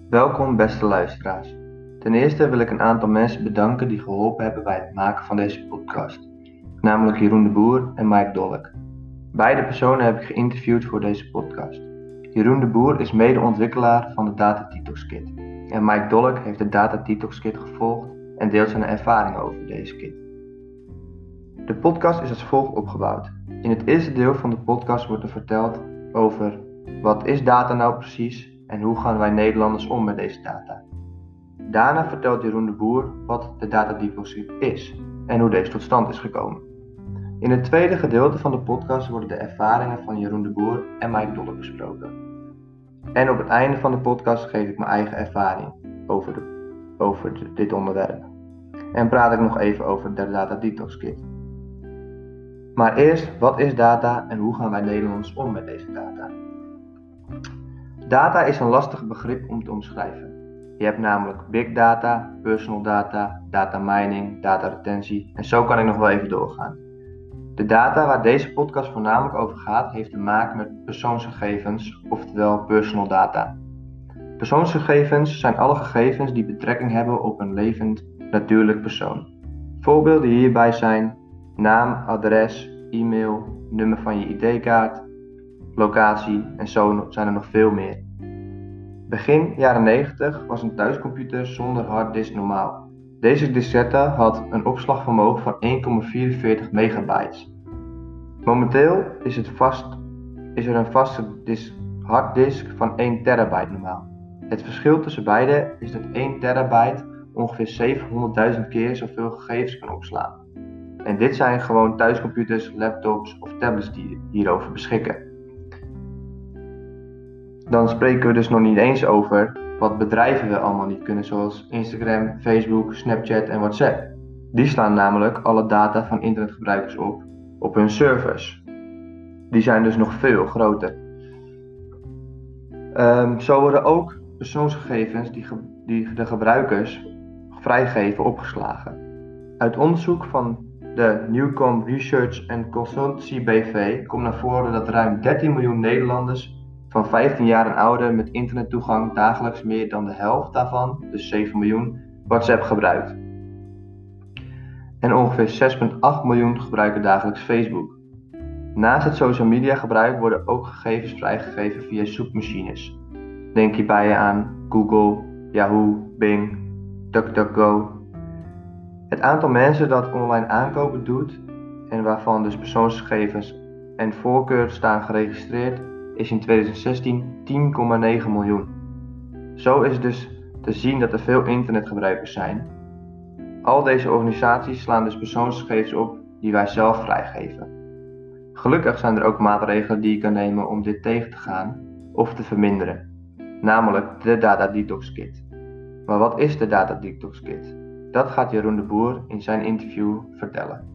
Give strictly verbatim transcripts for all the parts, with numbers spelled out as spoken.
Welkom beste luisteraars. Ten eerste wil ik een aantal mensen bedanken die geholpen hebben bij het maken van deze podcast. Namelijk Jeroen de Boer en Mike Dolk. Beide personen heb ik geïnterviewd voor deze podcast. Jeroen de Boer is medeontwikkelaar van de Data Detox Kit. En Mike Dolk heeft de Data Detox Kit gevolgd en deelt zijn ervaringen over deze kit. De podcast is als volgt opgebouwd. In het eerste deel van de podcast wordt er verteld over wat is data nou precies en hoe gaan wij Nederlanders om met deze data. Daarna vertelt Jeroen de Boer wat de Data Detox Kit is en hoe deze tot stand is gekomen. In het tweede gedeelte van de podcast worden de ervaringen van Jeroen de Boer en Mike Dolk besproken. En op het einde van de podcast geef ik mijn eigen ervaring over, de, over de, dit onderwerp. En praat ik nog even over de Data Detox Kit. Maar eerst, wat is data en hoe gaan wij Nederlanders om met deze data? Data is een lastig begrip om te omschrijven. Je hebt namelijk big data, personal data, data mining, data retentie en zo kan ik nog wel even doorgaan. De data waar deze podcast voornamelijk over gaat heeft te maken met persoonsgegevens, oftewel personal data. Persoonsgegevens zijn alle gegevens die betrekking hebben op een levend, natuurlijk persoon. Voorbeelden hierbij zijn naam, adres, e-mail, nummer van je I D-kaart, locatie en zo zijn er nog veel meer. Begin jaren negentig was een thuiscomputer zonder harddisk normaal. Deze diskette had een opslagvermogen van één komma vierenveertig megabytes. Momenteel is, het vast, is er een vaste dis, harddisk van één terabyte normaal. Het verschil tussen beide is dat één terabyte ongeveer zevenhonderdduizend keer zoveel gegevens kan opslaan. En dit zijn gewoon thuiscomputers, laptops of tablets die hierover beschikken. Dan spreken we dus nog niet eens over wat bedrijven we allemaal niet kunnen, zoals Instagram, Facebook, Snapchat en WhatsApp. Die slaan namelijk alle data van internetgebruikers op op hun servers. Die zijn dus nog veel groter. Um, zo worden ook persoonsgegevens die, ge- die de gebruikers vrijgeven opgeslagen. Uit onderzoek van de Newcomb Research and Consultancy B V komt naar voren dat ruim dertien miljoen Nederlanders van vijftien jaar en ouder met internettoegang dagelijks meer dan de helft daarvan, dus zeven miljoen, WhatsApp gebruikt. En ongeveer zes komma acht miljoen gebruiken dagelijks Facebook. Naast het social media gebruik worden ook gegevens vrijgegeven via zoekmachines. Denk hierbij aan Google, Yahoo, Bing, DuckDuckGo. Het aantal mensen dat online aankopen doet en waarvan dus persoonsgegevens en voorkeur staan geregistreerd is in twintig zestien tien komma negen miljoen. Zo is het dus te zien dat er veel internetgebruikers zijn. Al deze organisaties slaan dus persoonsgegevens op die wij zelf vrijgeven. Gelukkig zijn er ook maatregelen die je kan nemen om dit tegen te gaan of te verminderen. Namelijk de Data Detox Kit. Maar wat is de Data Detox Kit? Dat gaat Jeroen de Boer in zijn interview vertellen.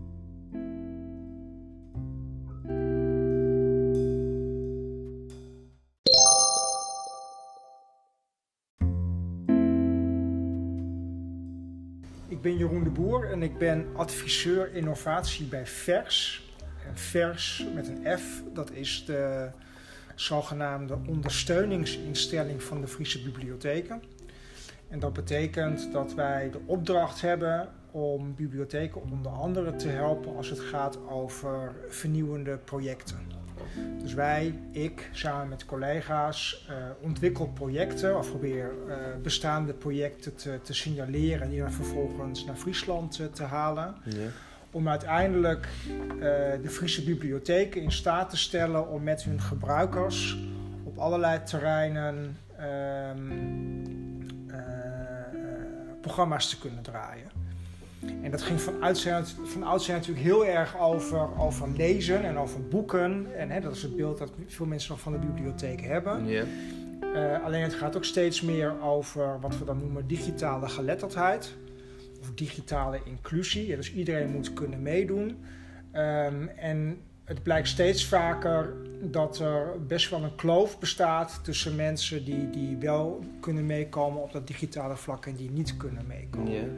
Ik ben Jeroen de Boer en ik ben adviseur innovatie bij VERS. En VERS met een F, dat is de zogenaamde ondersteuningsinstelling van de Friese bibliotheken. En dat betekent dat wij de opdracht hebben om bibliotheken onder andere te helpen als het gaat over vernieuwende projecten. Dus wij, ik, samen met collega's, uh, ontwikkel projecten of probeer uh, bestaande projecten te, te signaleren en die dan vervolgens naar Friesland uh, te halen. Ja. Om uiteindelijk uh, de Friese bibliotheken in staat te stellen om met hun gebruikers op allerlei terreinen uh, uh, programma's te kunnen draaien. En dat ging van oudsher, van oudsher natuurlijk heel erg over, over lezen en over boeken. En hè, dat is het beeld dat veel mensen nog van de bibliotheek hebben. Yeah. Uh, alleen het gaat ook steeds meer over wat we dan noemen digitale geletterdheid. Of digitale inclusie. Ja, dus iedereen moet kunnen meedoen. Um, en het blijkt steeds vaker dat er best wel een kloof bestaat tussen mensen die, die wel kunnen meekomen op dat digitale vlak en die niet kunnen meekomen. Yeah.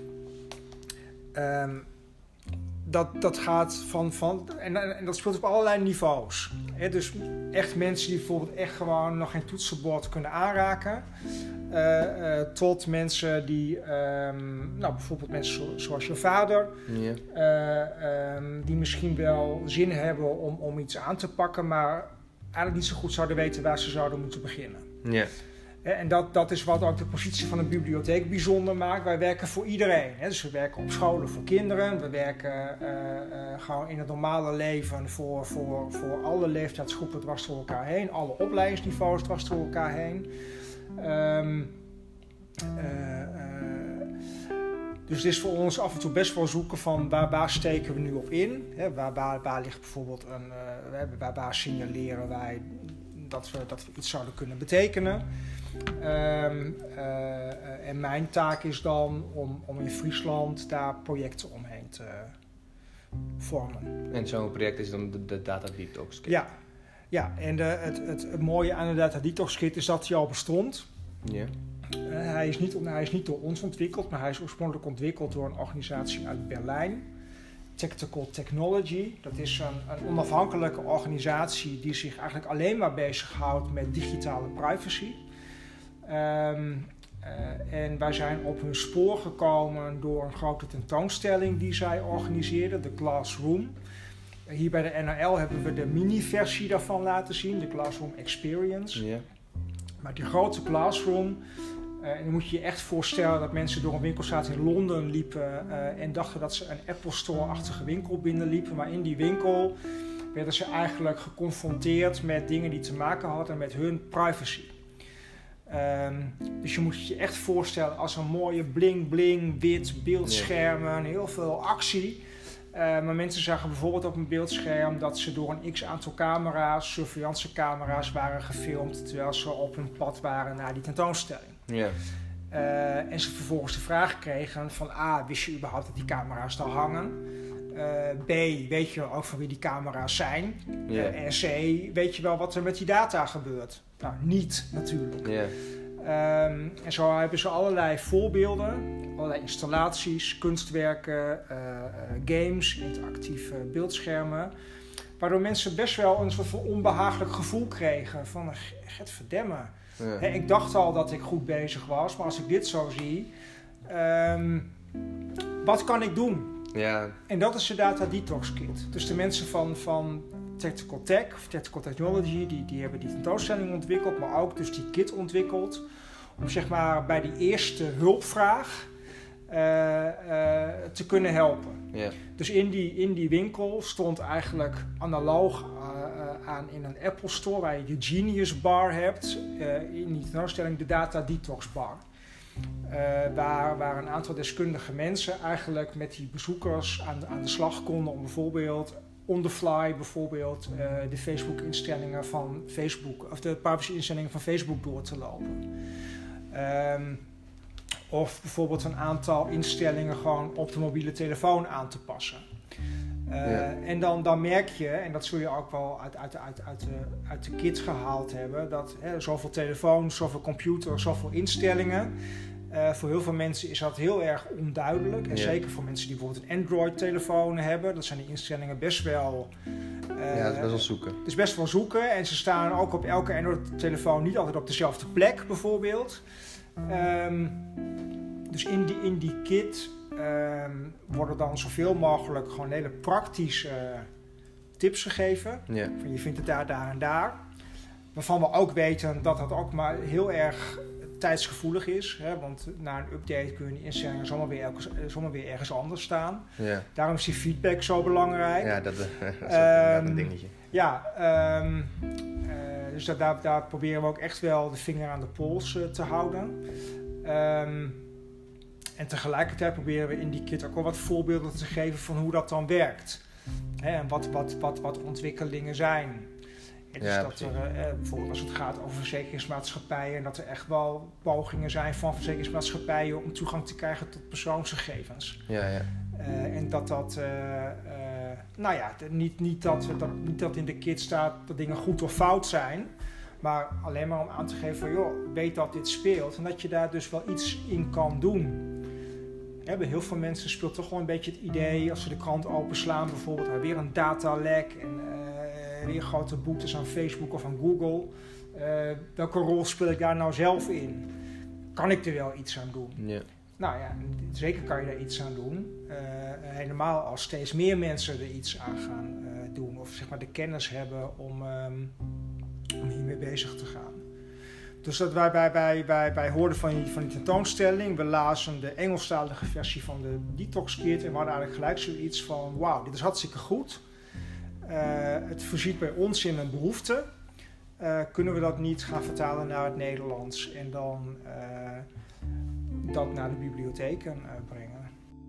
Um, dat, dat gaat van, van en, en dat speelt op allerlei niveaus. He, dus echt mensen die bijvoorbeeld echt gewoon nog geen toetsenbord kunnen aanraken. Uh, uh, tot mensen die, um, nou bijvoorbeeld mensen zo, zoals je vader, Ja. uh, um, die misschien wel zin hebben om, om iets aan te pakken, maar eigenlijk niet zo goed zouden weten waar ze zouden moeten beginnen. Ja. Uh, en dat, dat is wat ook de positie van een bibliotheek bijzonder maakt. Wij werken voor iedereen. Hè? Dus we werken op scholen voor kinderen, we werken uh, uh, gewoon in het normale leven voor, voor, voor alle leeftijdsgroepen dwars door elkaar heen, alle opleidingsniveaus dwars door elkaar heen. Um, uh, uh, dus het is voor ons af en toe best wel zoeken van waar, waar steken we nu op in. Hè, waar, waar, waar ligt bijvoorbeeld een, uh, waar, waar signaleren wij dat we, dat we iets zouden kunnen betekenen. Um, uh, uh, en mijn taak is dan om, om in Friesland daar projecten omheen te vormen. En zo'n project is dan de, de Data Detox Kit? Ja. Ja, en de, het, het, het mooie aan de Data Detox Kit is dat hij al bestond. Ja. Uh, hij, is niet, hij is niet door ons ontwikkeld, maar hij is oorspronkelijk ontwikkeld door een organisatie uit Berlijn. Tactical Technology. Dat is een, een onafhankelijke organisatie die zich eigenlijk alleen maar bezighoudt met digitale privacy. Um, uh, en wij zijn op hun spoor gekomen door een grote tentoonstelling die zij organiseerden, de Classroom. Hier bij de N R L hebben we de mini-versie daarvan laten zien, de Classroom Experience. Ja. Maar die grote Classroom, uh, en dan moet je je echt voorstellen dat mensen door een winkelstraat in Londen liepen uh, en dachten dat ze een Apple Store-achtige winkel binnenliepen. Maar in die winkel werden ze eigenlijk geconfronteerd met dingen die te maken hadden met hun privacy. Um, dus je moet je echt voorstellen als een mooie bling-bling, wit beeldschermen, heel veel actie. Uh, maar mensen zagen bijvoorbeeld op een beeldscherm dat ze door een x-aantal camera's, surveillancecamera's, waren gefilmd terwijl ze op hun pad waren naar die tentoonstelling. Ja. Uh, en ze vervolgens de vraag kregen van A, wist je überhaupt dat die camera's daar hangen? Uh, B, weet je ook van wie die camera's zijn? Ja. Uh, en C, weet je wel wat er met die data gebeurt? Nou, niet natuurlijk. Ja. Um, en zo hebben ze allerlei voorbeelden, allerlei installaties, kunstwerken, uh, uh, games, interactieve beeldschermen. Waardoor mensen best wel een soort van onbehagelijk gevoel kregen van, gadverdamme. Ja. He, ik dacht al dat ik goed bezig was, maar als ik dit zo zie, um, wat kan ik doen? Ja. En dat is de Data Detox Kit. Dus de mensen van, van Tactical Tech of Tactical Technology, die, die hebben die tentoonstelling ontwikkeld, maar ook dus die kit ontwikkeld. Om zeg maar bij die eerste hulpvraag uh, uh, te kunnen helpen. Ja. Dus in die, in die winkel stond eigenlijk analoog uh, uh, aan in een Apple Store, waar je de Genius Bar hebt, uh, in die tentoonstelling de Data Detox Bar. Uh, waar, waar een aantal deskundige mensen eigenlijk met die bezoekers aan de, aan de slag konden om bijvoorbeeld on the fly bijvoorbeeld uh, de Facebook-instellingen van Facebook of de privacy-instellingen van Facebook door te lopen. Um, of bijvoorbeeld een aantal instellingen gewoon op de mobiele telefoon aan te passen. Uh, ja. En dan, dan merk je, en dat zul je ook wel uit, uit, uit, uit, de, uit de kit gehaald hebben, dat hè, zoveel telefoons, zoveel computers, zoveel instellingen. Uh, voor heel veel mensen is dat heel erg onduidelijk. En ja. Zeker voor mensen die bijvoorbeeld een Android-telefoon hebben. Dat zijn die instellingen best wel... Uh, ja, het is best wel zoeken. Het is best wel zoeken. En ze staan ook op elke Android-telefoon niet altijd op dezelfde plek, bijvoorbeeld. Um, dus in die, in die kit um, worden dan zoveel mogelijk gewoon hele praktische tips gegeven. Ja. Van je vindt het daar, daar en daar. Waarvan we ook weten dat dat ook maar heel erg tijdsgevoelig is, hè, want na een update kunnen die instellingen zomaar weer, ergens, zomaar weer ergens anders staan. Ja. Daarom is die feedback zo belangrijk. Ja, dat, dat is ook um, een dingetje. Ja, um, uh, dus dat, daar, daar proberen we ook echt wel de vinger aan de pols uh, te houden. Um, en tegelijkertijd proberen we in die kit ook wel wat voorbeelden te geven van hoe dat dan werkt. Hè, en wat, wat, wat, wat ontwikkelingen zijn. Dus ja, dat er, eh, bijvoorbeeld als het gaat over verzekeringsmaatschappijen, dat er echt wel pogingen zijn van verzekeringsmaatschappijen om toegang te krijgen tot persoonsgegevens. Ja, ja. Uh, en dat dat, uh, uh, nou ja, niet, niet, dat, dat, niet dat in de kit staat dat dingen goed of fout zijn, maar alleen maar om aan te geven van, joh, weet dat dit speelt en dat je daar dus wel iets in kan doen. Ja, bij heel veel mensen speelt toch gewoon een beetje het idee, als ze de krant openslaan bijvoorbeeld, nou, weer een datalek en uh, weer grote boetes aan Facebook of aan Google. Uh, welke rol speel ik daar nou zelf in? kan ik er wel iets aan doen? Ja. Nou ja, zeker kan je daar iets aan doen. Uh, helemaal als steeds meer mensen er iets aan gaan uh, doen. Of zeg maar de kennis hebben om, um, om hiermee bezig te gaan. Dus dat wij, wij, wij, wij, wij hoorden van die, van die tentoonstelling. We lazen de Engelstalige versie van de Detox Kit. En we hadden eigenlijk gelijk zoiets van, wauw, dit is hartstikke goed. Uh, het voorziet bij ons in een behoefte. Uh, kunnen we dat niet gaan vertalen naar het Nederlands en dan uh, dat naar de bibliotheken uh, brengen?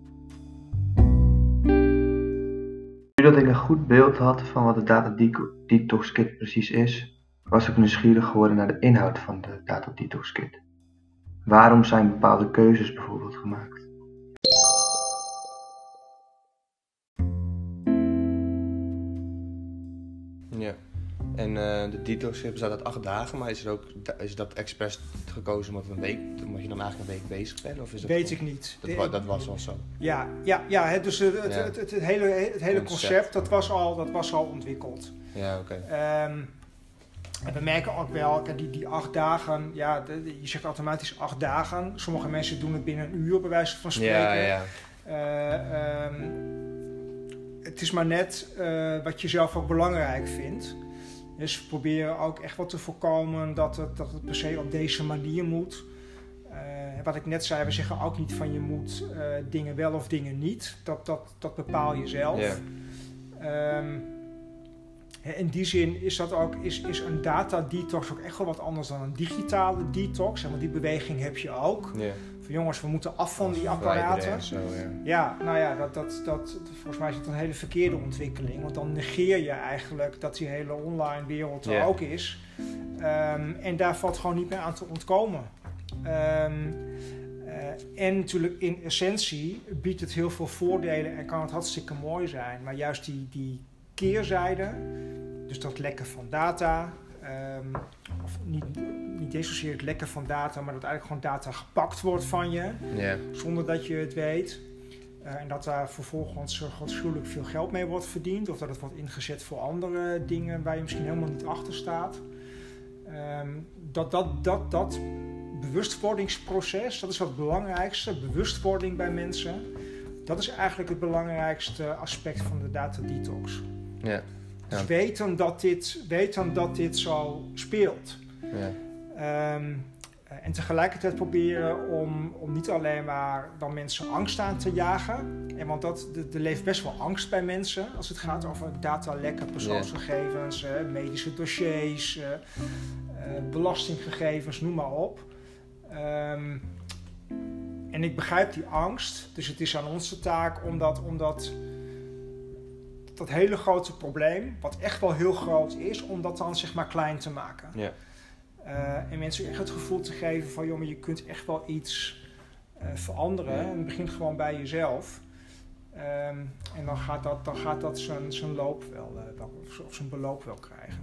Nu dat ik een goed beeld had van wat de Data Detox Kit precies is, was ik nieuwsgierig geworden naar de inhoud van de Data Detox Kit. Waarom zijn bepaalde keuzes bijvoorbeeld gemaakt? Ja. En uh, de detox bestaat uit acht dagen, maar is, er ook, is dat expres gekozen omdat, een week, omdat je dan eigenlijk een week bezig bent? Of is dat Weet gewoon, ik niet. Dat, de, dat was wel zo. Ja, ja, ja het, dus het, het, ja. het, het, het hele, het hele concept, dat was al, dat was al ontwikkeld. Ja, oké. Okay. Um, en we merken ook wel, die, die acht dagen, ja, de, de, je zegt automatisch acht dagen. Sommige mensen doen het binnen een uur, bij wijze van spreken. Ja, ja. Uh, um, het is maar net uh, wat je zelf ook belangrijk vindt. Dus we proberen ook echt wat te voorkomen dat het, dat het per se op deze manier moet. Uh, wat ik net zei, we zeggen ook niet van je moet uh, dingen wel of dingen niet. Dat, dat, dat bepaal je zelf. Yeah. Um, in die zin is, dat ook, is, is een data detox ook echt wel wat anders dan een digitale detox. Want die beweging heb je ook. Yeah. Van jongens, we moeten af van die apparaten. Zo, ja. ja, nou ja, dat, dat, dat, volgens mij is dat een hele verkeerde ontwikkeling. Want dan negeer je eigenlijk dat die hele online wereld er yeah. ook is. Um, en daar valt gewoon niet meer aan te ontkomen. Um, uh, en natuurlijk in essentie biedt het heel veel voordelen en kan het hartstikke mooi zijn. Maar juist die, die keerzijde, dus dat lekken van data, um, of niet, niet eens zozeer het lekken van data, maar dat eigenlijk gewoon data gepakt wordt van je, yeah. zonder dat je het weet. Uh, en dat daar vervolgens godschuwelijk veel geld mee wordt verdiend, of dat het wordt ingezet voor andere dingen waar je misschien helemaal niet achter staat. Um, dat, dat, dat, dat bewustwordingsproces, dat is wat het belangrijkste, bewustwording bij mensen. Dat is eigenlijk het belangrijkste aspect van de data detox. Ja. Ja. Dus weten dat dit, weten dat dit zo speelt. Ja. Um, en tegelijkertijd proberen om, om niet alleen maar dan mensen angst aan te jagen. En want dat, er leeft best wel angst bij mensen als het gaat over datalekken, persoonsgegevens, ja. uh, medische dossiers, uh, uh, belastinggegevens, noem maar op. Um, en ik begrijp die angst, dus het is aan ons de taak om dat, om dat, dat hele grote probleem, wat echt wel heel groot is, om dat dan zeg maar klein te maken. Ja. Uh, en mensen echt het gevoel te geven van, joh, maar je kunt echt wel iets uh, veranderen. Ja. En het begint gewoon bij jezelf. Um, en dan gaat dat, dan gaat dat zijn, zijn loop wel, uh, of zijn beloop wel krijgen.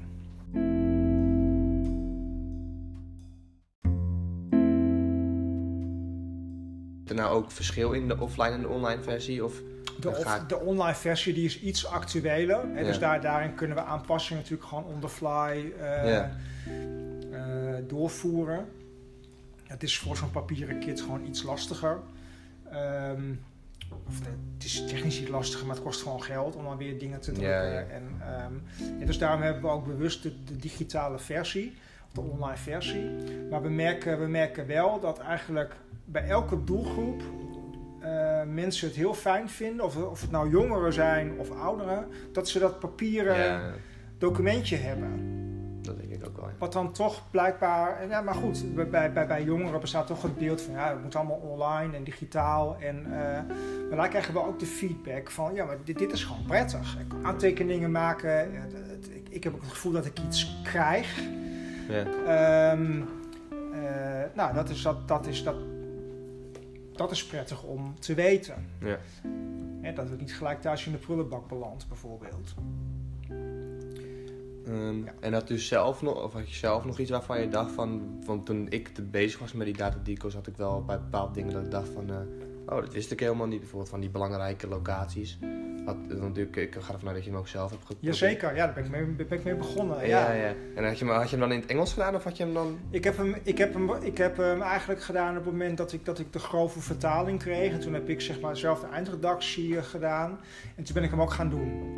Er nou ook verschil in de offline en de online versie? Of de, off, ik... de online versie die is iets actueler. Hè, ja. Dus daar, daarin kunnen we aanpassingen natuurlijk gewoon on the fly uh, ja. uh, doorvoeren. Het is voor zo'n papieren kit gewoon iets lastiger. Um, of de, het is technisch niet lastiger, maar het kost gewoon geld om dan weer dingen te drukken. Ja, ja. En, um, en dus daarom hebben we ook bewust de, de digitale versie, of de online versie. Maar we merken, we merken wel dat eigenlijk bij elke doelgroep uh, mensen het heel fijn vinden, of, of het nou jongeren zijn of ouderen, dat ze dat papieren ja. documentje hebben. Dat denk ik ook wel. Ja. Wat dan toch blijkbaar, ja, maar goed, bij, bij, bij jongeren bestaat toch het beeld van, ja, het moet allemaal online en digitaal. En, uh, maar daar krijgen we ook de feedback van, ja, maar dit, dit is gewoon prettig. Ik kan aantekeningen maken, ik, ik heb ook het gevoel dat ik iets krijg. Ja. Um, uh, nou, dat is, dat, dat, is, dat, dat is prettig om te weten. Ja. Ja, dat het niet gelijk thuis in de prullenbak belandt, bijvoorbeeld. Um, ja. En had, u zelf nog, of had je zelf nog iets waarvan je dacht van, want toen ik te bezig was met die data detox had ik wel bij bepaalde dingen dat ik dacht van, uh, Oh, dat wist ik helemaal niet. Bijvoorbeeld van die belangrijke locaties. Had, natuurlijk, ik ga ervan uit dat je hem ook zelf hebt geprobeerd. Jazeker, ja, daar ben ik mee, ben ik mee begonnen. Ja, Ja. ja. En had je, hem, had je hem dan in het Engels gedaan of had je hem dan... Ik heb hem, ik heb hem, ik heb hem eigenlijk gedaan op het moment dat ik, dat ik de grove vertaling kreeg. En toen heb ik zeg maar zelf de eindredactie gedaan. En toen ben ik hem ook gaan doen.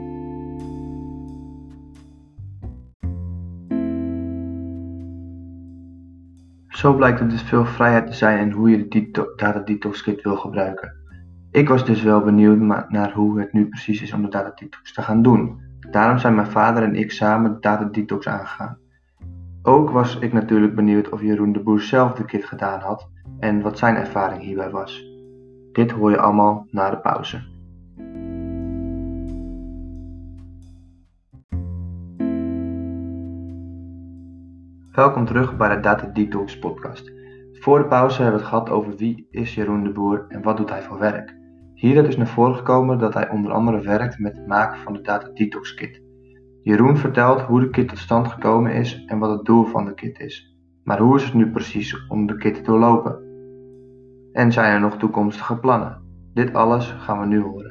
Zo blijkt er dus veel vrijheid te zijn in hoe je de dito- Data Detox Kit wil gebruiken. Ik was dus wel benieuwd ma- naar hoe het nu precies is om de Data Detox te gaan doen. Daarom zijn mijn vader en ik samen de Data Detox aangegaan. Ook was ik natuurlijk benieuwd of Jeroen de Boer zelf de kit gedaan had en wat zijn ervaring hierbij was. Dit hoor je allemaal na de pauze. Welkom terug bij de Data Detox podcast. Voor de pauze hebben we het gehad over wie is Jeroen de Boer en wat doet hij voor werk. Hieruit is naar voren gekomen dat hij onder andere werkt met het maken van de Data Detox Kit. Jeroen vertelt hoe de kit tot stand gekomen is en wat het doel van de kit is. Maar hoe is het nu precies om de kit te doorlopen? En zijn er nog toekomstige plannen? Dit alles gaan we nu horen.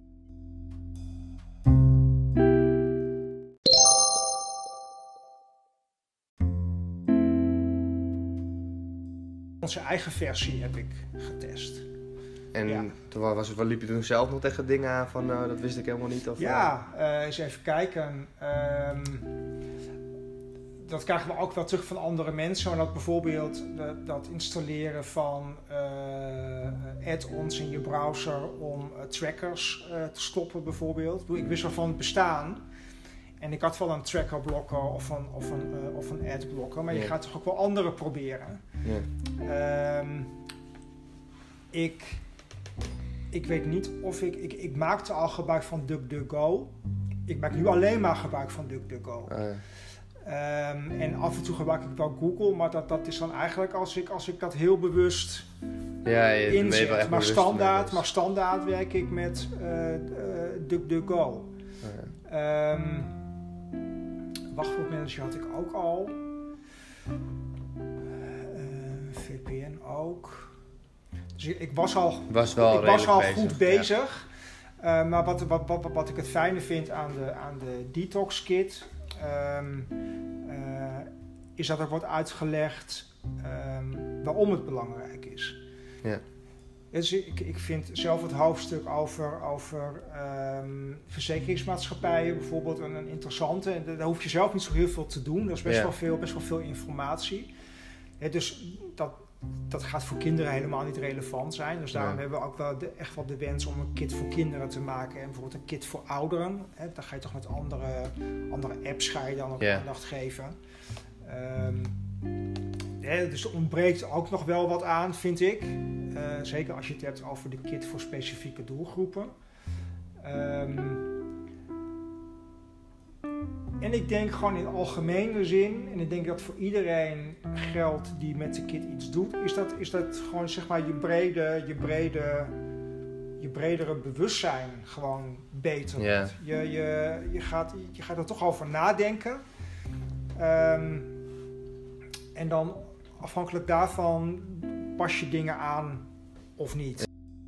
Onze eigen versie heb ik getest. En Ja. toen was het, liep je toen zelf nog tegen dingen aan van uh, dat wist ik helemaal niet? Of, Ja, uh, eens even kijken. Um, dat krijgen we ook wel terug van andere mensen. Maar dat bijvoorbeeld de, dat installeren van uh, add-ons in je browser om uh, trackers uh, te stoppen bijvoorbeeld. Ik wist wel van het bestaan. En ik had wel een trackerblokker of een, of een, uh, of een adblocker. Maar je Ja. gaat toch ook wel andere proberen. Ja. Um, ik... Ik weet niet of ik, ik... Ik maakte al gebruik van DuckDuckGo. Ik maak nu alleen maar gebruik van DuckDuckGo. Oh, ja. Um, en af en toe gebruik ik wel Google. Maar dat, dat is dan eigenlijk als ik, als ik dat heel bewust Ja, je bent wel inzet. echt Maar bewust standaard, mee maar standaard werk ik met uh, uh, DuckDuckGo. bezig. Oh, ja. Um, wachtwoordmanager had ik ook al. Uh, V P N ook. Dus ik, ik was al, Was wel ik was al redelijk goed bezig, bezig. Uh, maar wat, wat, wat, wat ik het fijne vind aan de, aan de Detox Kit... Um, uh, is dat er wordt uitgelegd um, waarom het belangrijk is. Ja. Dus ik, ik vind zelf het hoofdstuk over, over um, verzekeringsmaatschappijen bijvoorbeeld een, een interessante. En daar hoef je zelf niet zo heel veel te doen. Dat is best, Ja. wel, veel, best wel veel informatie. He, dus dat, dat gaat voor kinderen helemaal niet relevant zijn. Dus daarom Ja. hebben we ook wel de, echt wel de wens om een kit voor kinderen te maken. En bijvoorbeeld een kit voor ouderen. He, dan ga je toch met andere, andere apps ga je dan ook Ja. aandacht geven. Um, Ja, dus er ontbreekt ook nog wel wat aan, vind ik. Uh, zeker als je het hebt over de kit voor specifieke doelgroepen. Um, en ik denk gewoon in algemene zin, en ik denk dat voor iedereen geldt die met de kit iets doet, is dat, is dat gewoon zeg maar je brede, je brede, je bredere bewustzijn gewoon beter. Ja. Je, je, je, gaat, je gaat er toch over nadenken. Um, en dan afhankelijk daarvan pas je dingen aan of niet.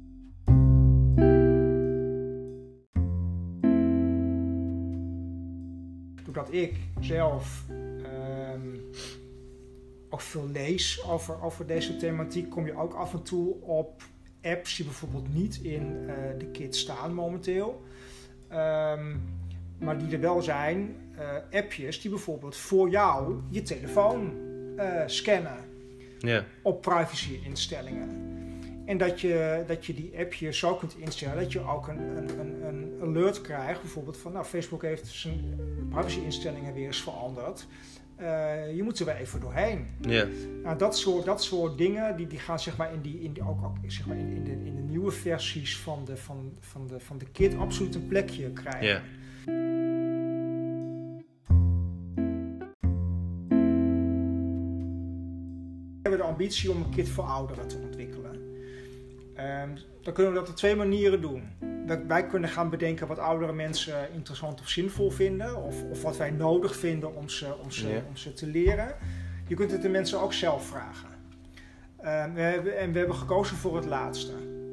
Doordat ik zelf um, ook veel lees over, over deze thematiek, kom je ook af en toe op apps die bijvoorbeeld niet in uh, de kit staan momenteel. Um, maar die er wel zijn, uh, appjes die bijvoorbeeld voor jou je telefoon uh, scannen Ja. op privacy-instellingen. En dat je, dat je die appjes zo kunt instellen dat je ook een, een, een, een alert krijgt. Bijvoorbeeld van, nou, Facebook heeft zijn privacy-instellingen weer eens veranderd. Uh, je moet er weer even doorheen. Ja. Nou, dat soort, dat soort dingen, die, die gaan zeg maar in, die, in, die, ook, ook, zeg maar in, in, de, in de nieuwe versies van de, van, van, de, van de kit absoluut een plekje krijgen. Ja. We hebben de ambitie om een kit voor ouderen te ontwikkelen. Um, dan kunnen we dat op twee manieren doen. Wij, wij kunnen gaan bedenken wat oudere mensen interessant of zinvol vinden. Of, of wat wij nodig vinden om ze, om, ze, Ja. om ze te leren. Je kunt het de mensen ook zelf vragen. Um, we hebben, en we hebben gekozen voor het laatste.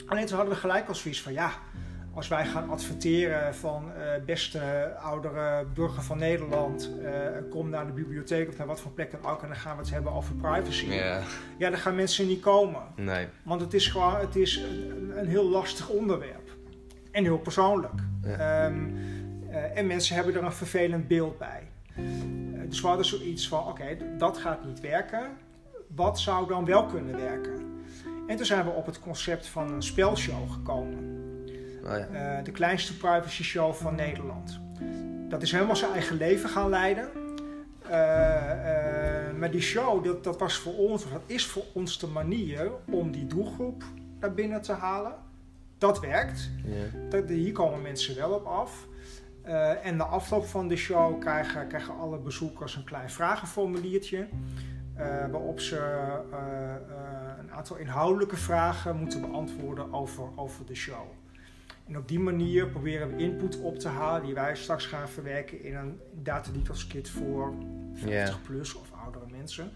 Alleen toen hadden we gelijk al zoiets van ja, als wij gaan adverteren van uh, beste oudere burger van Nederland, uh, kom naar de bibliotheek of naar wat voor plek dan ook en dan gaan we het hebben over privacy. Ja, Ja, dan gaan mensen niet komen. nee. Want het is gewoon het is een, een heel lastig onderwerp. En heel persoonlijk. Ja. Um, uh, en mensen hebben er een vervelend beeld bij. Uh, dus we hadden zoiets van, oké, okay, dat gaat niet werken. Wat zou dan wel kunnen werken? En toen zijn we op het concept van een spelshow gekomen. Oh ja. Uh, de kleinste privacy show van Nederland. Dat is helemaal zijn eigen leven gaan leiden. Uh, uh, maar die show, dat, dat was voor ons, of dat is voor ons de manier om die doelgroep naar binnen te halen. Dat werkt. Ja. Dat, hier komen mensen wel op af. Uh, en na afloop van de show krijgen, krijgen alle bezoekers een klein vragenformuliertje. Uh, waarop ze uh, uh, een aantal inhoudelijke vragen moeten beantwoorden over, over de show. En op die manier proberen we input op te halen die wij straks gaan verwerken in een data detox kit voor vijftig plus of oudere mensen.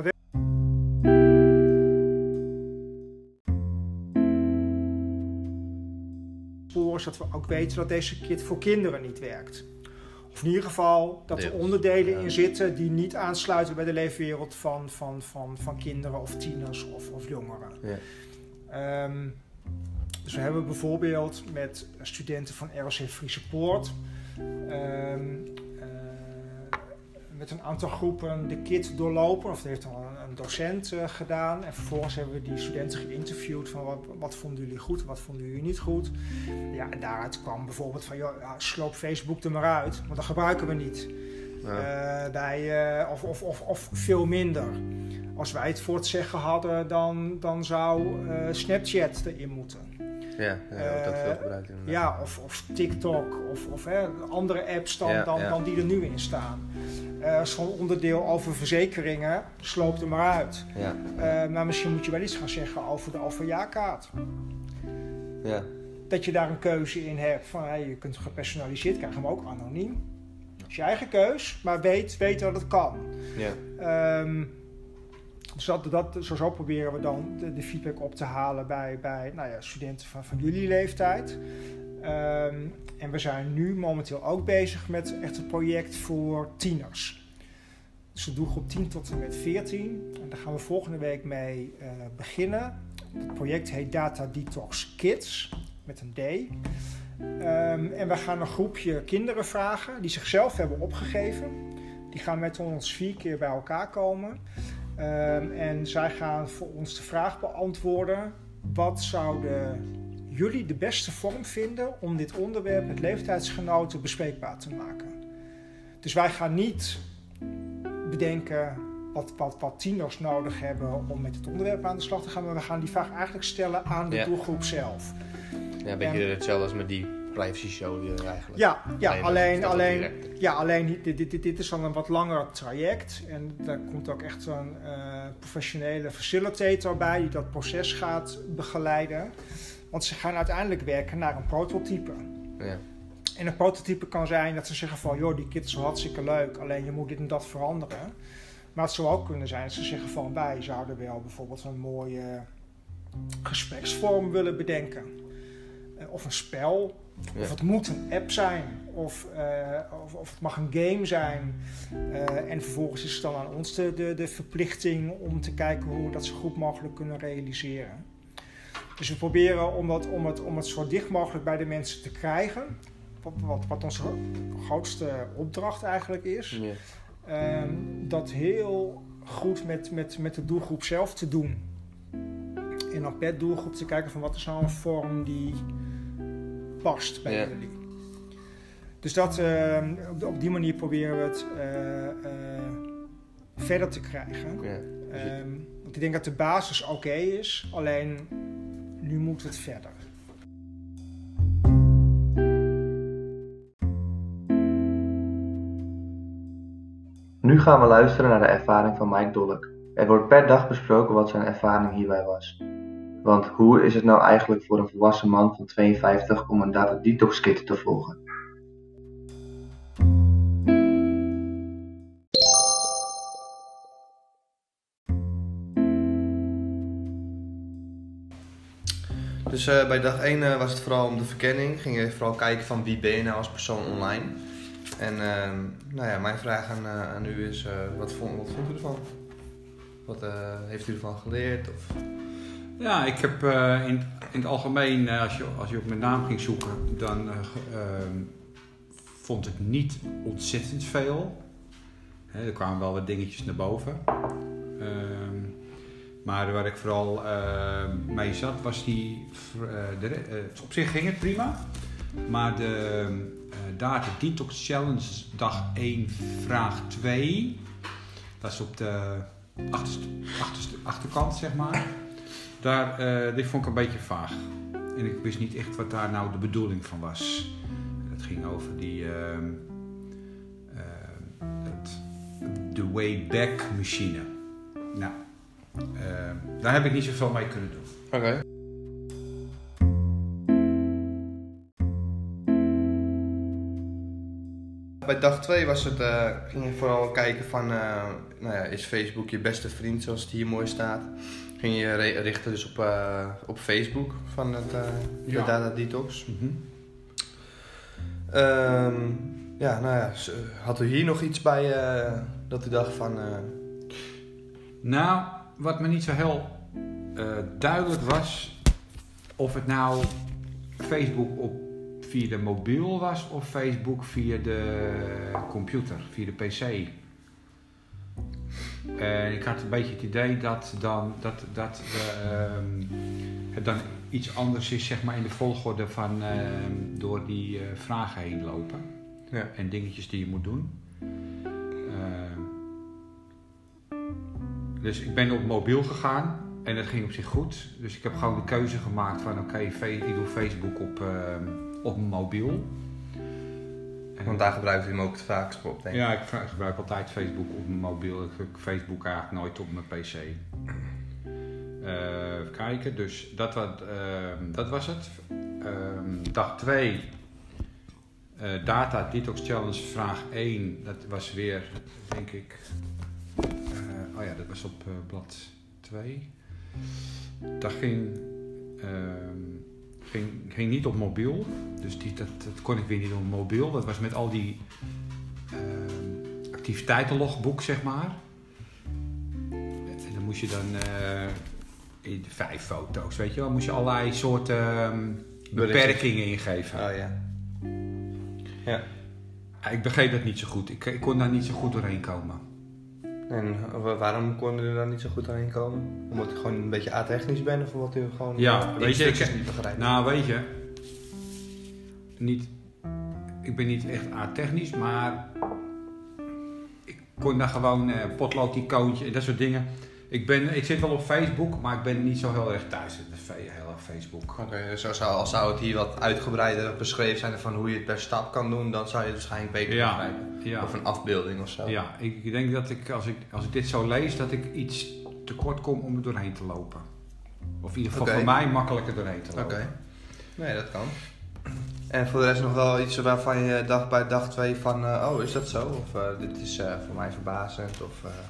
Dat we ook weten dat deze kit voor kinderen niet werkt. Of in ieder geval dat er onderdelen in zitten die niet aansluiten bij de leefwereld van, van, van, van kinderen of tieners of, of jongeren. Ja. Um, dus we hebben bijvoorbeeld met studenten van R O C Friese Poort um, uh, met een aantal groepen de kit doorlopen, of dat heeft dan een, een docent uh, gedaan. En vervolgens hebben we die studenten geïnterviewd van wat, wat vonden jullie goed, wat vonden jullie niet goed. Ja, en daaruit kwam bijvoorbeeld van, joh, ja, sloop Facebook er maar uit, want dat gebruiken we niet. Ja. Uh, bij, uh, of, of, of, of veel minder. Als wij het voor het zeggen hadden, dan, dan zou uh, Snapchat erin moeten. Ja, ja, wordt ook veel gebruikt inderdaad. Ja, of, of TikTok of, of hè, andere apps dan, ja, dan, ja. dan die er nu in staan. Uh, Zo'n onderdeel over verzekeringen, sloop er maar uit. Ja. Uh, maar misschien moet je wel iets gaan zeggen over de overjaarkaart. Ja. Dat je daar een keuze in hebt. Van, hey, je kunt gepersonaliseerd krijgen, maar ook anoniem. Dat is je eigen keus, maar weet, weet dat het kan. Ja. Um, Dus dat, dat, zo, zo proberen we dan de, de feedback op te halen bij, bij nou ja, studenten van, van jullie leeftijd. Um, en we zijn nu momenteel ook bezig met echt een project voor tieners. Dus de doelgroep tien tot en met veertien. En daar gaan we volgende week mee uh, beginnen. Het project heet Data Detox Kids, met een D. Um, en we gaan een groepje kinderen vragen die zichzelf hebben opgegeven. Die gaan met ons vier keer bij elkaar komen. Um, en zij gaan voor ons de vraag beantwoorden: wat zouden jullie de beste vorm vinden om dit onderwerp met leeftijdsgenoten bespreekbaar te maken? Dus wij gaan niet bedenken wat, wat, wat tieners nodig hebben om met het onderwerp aan de slag te gaan, maar we gaan die vraag eigenlijk stellen aan de ja. doelgroep zelf. Ja, een beetje en, hetzelfde als met die privacy show hier eigenlijk. Ja, ja alleen, alleen, ja, alleen dit, dit, dit, dit is dan een wat langer traject. En daar komt ook echt een uh, professionele facilitator bij die dat proces gaat begeleiden. Want ze gaan uiteindelijk werken naar een prototype. Ja. En een prototype kan zijn dat ze zeggen van, joh, die kit is wel hartstikke leuk, alleen je moet dit en dat veranderen. Maar het zou ook kunnen zijn dat ze zeggen van, wij zouden wel bijvoorbeeld een mooie gespreksvorm willen bedenken. Uh, of een spel. Ja. Of het moet een app zijn, of, uh, of, of het mag een game zijn. Uh, en vervolgens is het dan aan ons de, de, de verplichting om te kijken hoe we dat zo goed mogelijk kunnen realiseren. Dus we proberen om, dat, om, het, om het zo dicht mogelijk bij de mensen te krijgen. Wat, wat, wat onze grootste opdracht eigenlijk is. Ja. Um, dat heel goed met, met, met de doelgroep zelf te doen. En dan per doelgroep te kijken van wat is nou een vorm die past bij ja. jullie. Dus dat, uh, op, op die manier proberen we het uh, uh, verder te krijgen. Ja. Um, want ik denk dat de basis oké okay is, alleen nu moet het verder. Nu gaan we luisteren naar de ervaring van Mike Dolk. Er wordt per dag besproken wat zijn ervaring hierbij was. Want hoe is het nou eigenlijk voor een volwassen man van tweeënvijftig om een data detox kit te volgen? Dus uh, bij dag één uh, was het vooral om de verkenning. Ging je vooral kijken van wie ben je nou als persoon online. En uh, nou ja, mijn vraag aan, uh, aan u is, uh, wat, vond, wat vond u ervan? Wat uh, heeft u ervan geleerd? Of... Ja, ik heb uh, in, in het algemeen, uh, als, je, als je op mijn naam ging zoeken, dan uh, uh, vond ik niet ontzettend veel. He, er kwamen wel wat dingetjes naar boven. Uh, maar waar ik vooral uh, mee zat, was die... Uh, de, uh, op zich ging het prima. Maar de uh, Data Detox Challenge dag één, vraag twee... Dat is op de achterste, achterste, achterkant, zeg maar. Daar, uh, dit vond ik een beetje vaag. En ik wist niet echt wat daar nou de bedoeling van was. Het ging over die... Uh, uh, het, de Wayback Machine. Nou, uh, daar heb ik niet zoveel mee kunnen doen. Oké. Okay. Bij dag twee was het, uh, ging je vooral kijken van, uh, nou ja, is Facebook je beste vriend zoals het hier mooi staat. Ging je re- richten dus op, uh, op Facebook van het, uh, de ja. Data Detox. Mm-hmm. Um, ja, nou ja, had u hier nog iets bij uh, dat u dacht van... Uh... Nou, wat me niet zo heel uh, duidelijk was, of het nou Facebook op, via de mobiel was of Facebook via de computer, via de P C. Uh, ik had een beetje het idee dat, dan, dat, dat de, um, het dan iets anders is, zeg maar, in de volgorde van um, door die uh, vragen heen lopen. Ja. En dingetjes die je moet doen. Uh, dus ik ben op mobiel gegaan en dat ging op zich goed. Dus ik heb gewoon de keuze gemaakt van oké, okay, ik doe Facebook op, uh, op mijn mobiel. Want daar gebruikt u hem ook het vaakst op, denk ik. Ja, ik gebruik altijd Facebook op mijn mobiel. Ik gebruik Facebook eigenlijk nooit op mijn P C. Uh, even kijken, dus dat, wat, uh, dat was het. Uh, dag twee, uh, Data Detox Challenge vraag één. Dat was weer, denk ik... Uh, oh ja, dat was op uh, blad twee. Dat ging... Uh, Ging, ging niet op mobiel, dus die, dat, dat kon ik weer niet op mobiel. Dat was met al die uh, activiteitenlogboek, zeg maar. En dan moest je dan uh, in vijf foto's, weet je wel, moest je allerlei soorten um, beperkingen ingeven. Oh ja. Ja. Ik begreep dat niet zo goed. Ik, ik kon daar niet zo goed doorheen komen. En waarom kon u er dan niet zo goed doorheen komen? Omdat u gewoon een beetje a-technisch bent of omdat u gewoon ja, weet je, ik, niet begrijpt? Nou, weet je, niet, ik ben niet echt a-technisch, maar ik kon daar gewoon uh, potlood-icoontje en dat soort dingen. Ik, ben, ik zit wel op Facebook, maar ik ben niet zo heel erg thuis in heel erg Facebook. Oké, okay, dus zou, zou het hier wat uitgebreider beschreven zijn van hoe je het per stap kan doen, dan zou je het waarschijnlijk beter ja, begrijpen. Ja. Of een afbeelding of zo. Ja, ik denk dat ik als, ik, als ik dit zo lees, dat ik iets tekort kom om er doorheen te lopen. Of in ieder geval okay. voor mij makkelijker doorheen te lopen. Oké, okay. Nee, dat kan. En voor de rest nog wel iets waarvan je dag bij dag twee van, uh, oh, is dat zo? Of uh, dit is uh, voor mij verbazend? Of... Uh,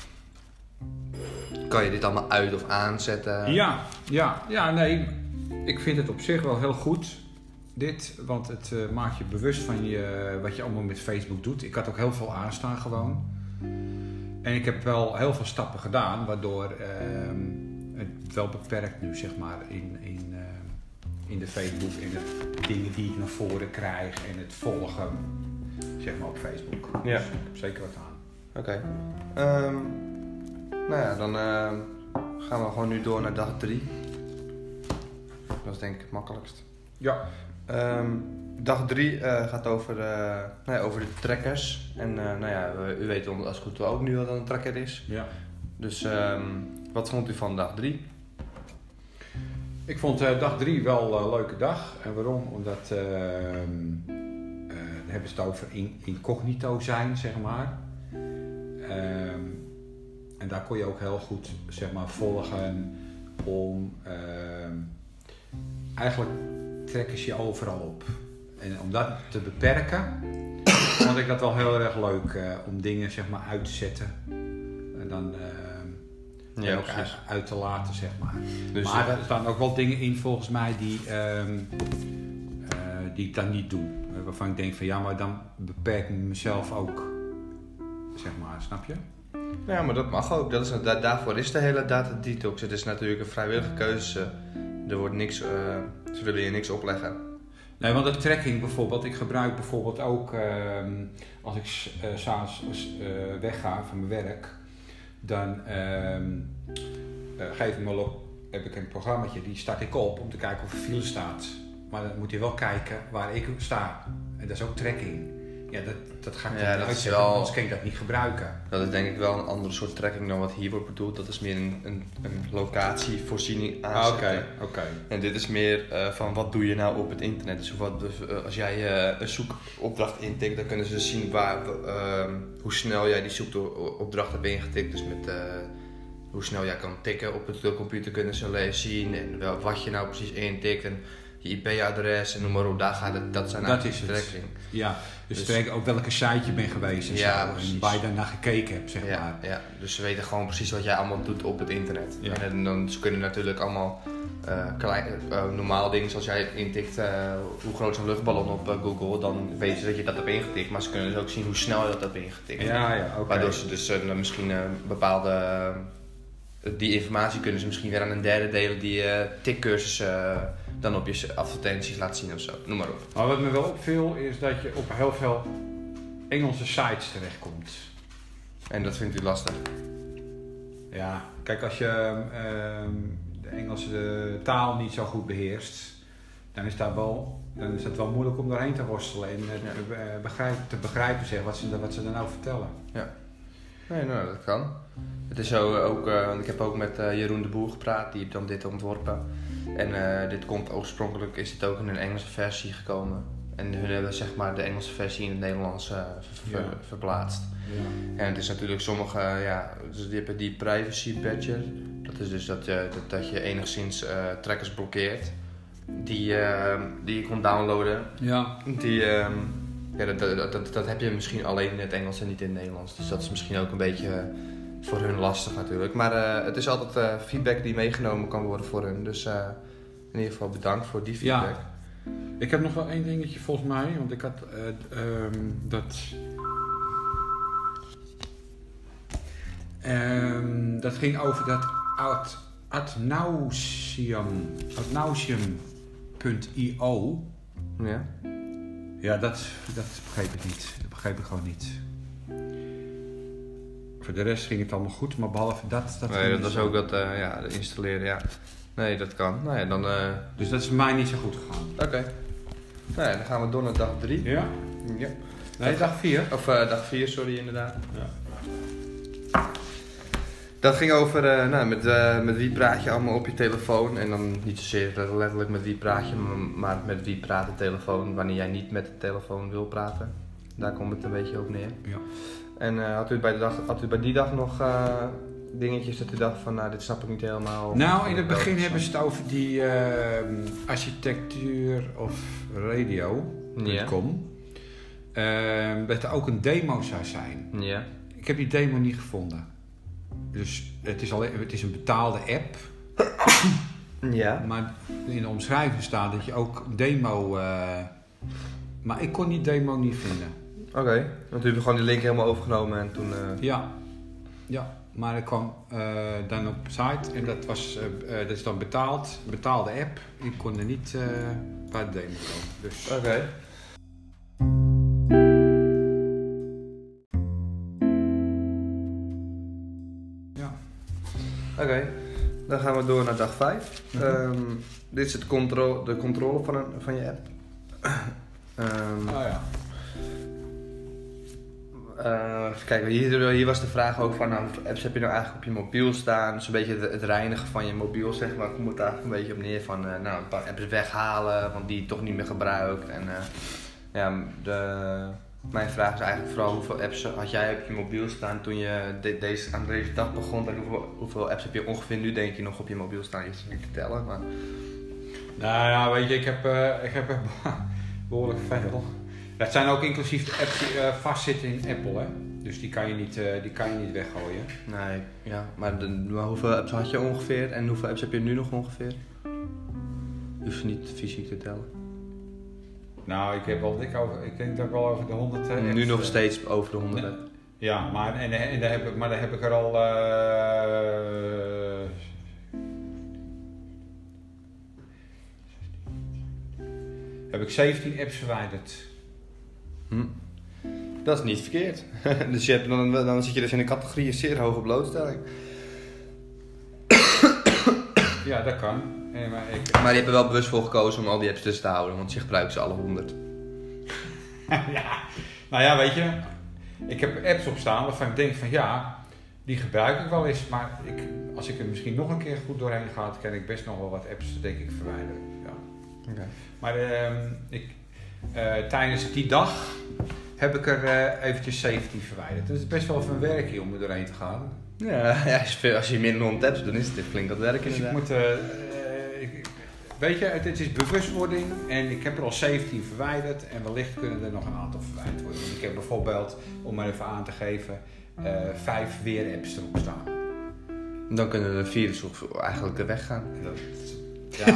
kan je dit allemaal uit of aanzetten? Ja, ja, ja, nee. Ik vind het op zich wel heel goed, dit. Want het uh, maakt je bewust van je, wat je allemaal met Facebook doet. Ik had ook heel veel aanstaan gewoon. En ik heb wel heel veel stappen gedaan, waardoor uh, het wel beperkt nu, zeg maar, in, in, uh, in de Facebook. In de dingen die ik naar voren krijg en het volgen, zeg maar, op Facebook. Ja. Dus ik heb zeker wat aan. Oké. Okay. Um... Nou ja, dan uh, gaan we gewoon nu door naar dag drie. Dat is denk ik het makkelijkst. Ja. Um, dag drie uh, gaat over, uh, nou ja, over de trackers. En uh, nou ja, u weet als het goed ook nu wat een tracker is. Ja. Dus um, wat vond u van dag drie? Ik vond uh, dag drie wel een leuke dag. En waarom? Omdat uh, uh, dan hebben ze het over in, incognito zijn, zeg maar. Um, En daar kon je ook heel goed, zeg maar, volgen om... Uh, eigenlijk trekken ze je overal op. En om dat te beperken, vond ik dat wel heel erg leuk. Uh, om dingen, zeg maar, uit te zetten. En dan uh, Ja, en ook precies. uit, uit te laten, zeg maar. Dus, maar uh, er staan ook wel dingen in volgens mij die, um, uh, die ik dan niet doe. Uh, waarvan ik denk van ja, maar dan beperk ik mezelf ook, zeg maar, snap je? Ja, maar dat mag ook. Dat is, da- daarvoor is de hele data detox. Het is natuurlijk een vrijwillige keuze. Er wordt niks, uh, ze willen je niks opleggen. Nee, want de tracking bijvoorbeeld, ik gebruik bijvoorbeeld ook uh, als ik uh, s'avonds uh, wegga van mijn werk, dan uh, uh, geef ik me op, heb ik een programmaatje, die start ik op om te kijken of er file staat. Maar dan moet je wel kijken waar ik sta. En dat is ook tracking. Ja, dat, dat ga ik Ja, dan dat is uitzetten, wel- anders kan ik dat niet gebruiken. Dat is denk ik wel een andere soort tracking dan wat hier wordt bedoeld. Dat is meer een, een, een locatievoorziening aanzetten. oké. En dit is meer uh, van wat doe je nou op het internet. Dus wat, uh, als jij uh, een zoekopdracht intikt, dan kunnen ze zien waar, uh, hoe snel jij die zoekopdracht hebt ingetikt. Dus met uh, hoe snel jij kan tikken op de computer kunnen ze zien. En wel, wat je nou precies intikt. En je I P-adres en noem maar op. Daar gaat het, dat zijn Dat eigenlijk is de het. tracking. Ja, dus, Dus- tracking ook welke site je bent geweest en Ja, zo. precies. En waar je daarnaar gekeken hebt, zeg Ja, maar. ja, dus ze weten gewoon precies wat jij allemaal doet op het internet. Ja. En dan ze kunnen natuurlijk allemaal uh, klein, uh, normale dingen, zoals jij intikt uh, hoe groot is een luchtballon op uh, Google, dan weten ze dat je dat hebt ingetikt, maar ze kunnen dus ook zien hoe snel je dat hebt ingetikt. Ja, ja, oké. Waardoor ze dus uh, misschien uh, bepaalde, uh, die informatie kunnen ze misschien weer aan een derde delen die uh, tikcursussen uh, dan op je advertenties laat zien of zo, noem maar op. Maar wat me wel opviel is dat je op heel veel Engelse sites terechtkomt. En dat vindt u lastig. Ja, kijk, als je uh, de Engelse taal niet zo goed beheerst, dan is dat wel, dan is het wel moeilijk om doorheen te worstelen en uh, Ja. uh, begrijp, te begrijpen zeg, wat, ze, wat ze dan nou vertellen. Nee, nou, dat kan. Het is zo uh, ook, uh, want ik heb ook met uh, Jeroen de Boer gepraat, die heeft dan dit ontworpen. En uh, dit komt oorspronkelijk, is dit ook in een Engelse versie gekomen. En hun hebben zeg maar de Engelse versie in het Nederlands uh, ver- Ja. verplaatst. Ja. En het is natuurlijk sommige, uh, ja, dus die hebben die privacy badger. Dat is dus dat je, dat, dat je enigszins uh, trackers blokkeert. Die, uh, die je kon downloaden. Ja. Die, uh, ja, dat, dat, dat, dat heb je misschien alleen in het Engels en niet in het Nederlands. Dus dat is misschien ook een beetje uh, voor hun lastig natuurlijk. Maar uh, het is altijd uh, feedback die meegenomen kan worden voor hun. Dus uh, in ieder geval bedankt voor die feedback. Ja. Ik heb nog wel één dingetje volgens mij, want ik had uh, um, dat. Um, dat ging over dat ad, ad nauseam, ad nauseam punt i o. Ja. Ja, dat, dat begreep ik niet. Dat begreep ik gewoon niet. Voor de rest ging het allemaal goed, maar behalve dat... dat Nee, ging dat niet was zo. ook dat uh, ja, installeren, ja. Nee, dat kan. Nou ja, dan... Uh... Dus dat is mij niet zo goed gegaan. Oké. Okay. Nou ja, dan gaan we door naar dag drie. Ja? Ja. Nee, dag vier. Of uh, dag vier, sorry, inderdaad. Ja. Dat ging over, uh, nou, met, uh, met wie praat je allemaal op je telefoon. En dan niet zozeer letterlijk met wie praat je, maar met wie praat de telefoon wanneer jij niet met de telefoon wil praten. Daar komt het een beetje op neer. Ja. En uh, had, u bij de dag, had u bij die dag nog uh, dingetjes dat u dacht van, nou, dit snap ik niet helemaal? Nou, in het begin Wel, hebben ze het over die uh, architectuur of radio punt com. Ja. Uh, dat er ook een demo zou zijn. Ja. Ik heb die demo niet gevonden. Dus het is, alleen, het is een betaalde app. Ja. Maar in de omschrijving staat dat je ook demo... Uh, maar ik kon die demo niet vinden. Oké, okay. Want u hebt gewoon die link helemaal overgenomen en toen... Uh... Ja. Ja. Maar ik kwam uh, dan op de site en dat, was, uh, uh, dat is dan betaald, betaalde app. Ik kon er niet uh, bij de demo komen. Dus. Oké. Okay. Ja. Oké, okay. Dan gaan we door naar dag vijf. Mm-hmm. Um, dit is het contro- de controle van, een, van je app. um, Oh ja. Uh, kijk, hier, hier was de vraag ook van, nou, hoeveel apps heb je nou eigenlijk op je mobiel staan? Dus een beetje het, het reinigen van je mobiel, zeg maar. Ik moet daar eigenlijk een beetje op neer van, uh, nou, een paar apps weghalen, want die je toch niet meer gebruikt. En uh, ja, de, mijn vraag is eigenlijk vooral, hoeveel apps had jij op je mobiel staan toen je de, deze, aan deze dag begon? En hoeveel, hoeveel apps heb je ongeveer nu, denk je, nog op je mobiel staan? Je niet te tellen, maar... Nou ja, weet je, ik heb, uh, ik heb behoorlijk veel. Dat zijn ook inclusief de apps die uh, vastzitten in Apple, hè. Dus die kan je niet, uh, die kan je niet weggooien. Nee, ja. Maar, de, maar hoeveel apps had je ongeveer? En hoeveel apps heb je nu nog ongeveer? Je hoeft ze niet fysiek te tellen. Nou, ik heb wel dik over, ik denk dat ik wel over de honderd apps. Nu nog steeds over de honderd. Nee. Ja, maar, en, en daar heb ik, maar daar heb ik er al... Uh, heb ik zeventien apps verwijderd. Hm. Dat is niet verkeerd. Dus je hebt dan, dan zit je dus in de categorie zeer hoge blootstelling. Ja, dat kan. Nee, maar, ik... maar je hebt er wel bewust voor gekozen om al die apps tussen te houden, want je gebruikt ze alle honderd. Ja, nou ja, weet je, ik heb apps op staan waarvan ik denk van ja, die gebruik ik wel eens, maar ik, als ik er misschien nog een keer goed doorheen ga, kan ik best nog wel wat apps, denk ik, verwijderen. Ja. Okay. Maar uh, ik, uh, tijdens die dag heb ik er uh, eventjes zeventien verwijderd. Dus het is best wel even een werkje om er doorheen te gaan. Ja, ja als, je, als je meer dan honderd apps doet, is het flink wat werk dus inderdaad. Ik moet, uh, ik, weet je, het, het is bewustwording en ik heb er al zeventien verwijderd en wellicht kunnen er nog een aantal verwijderd worden. Ik heb bijvoorbeeld, om maar even aan te geven, uh, vijf weer-apps erop staan. Dan kunnen de vier dus eigenlijk weggaan. Dat, ja.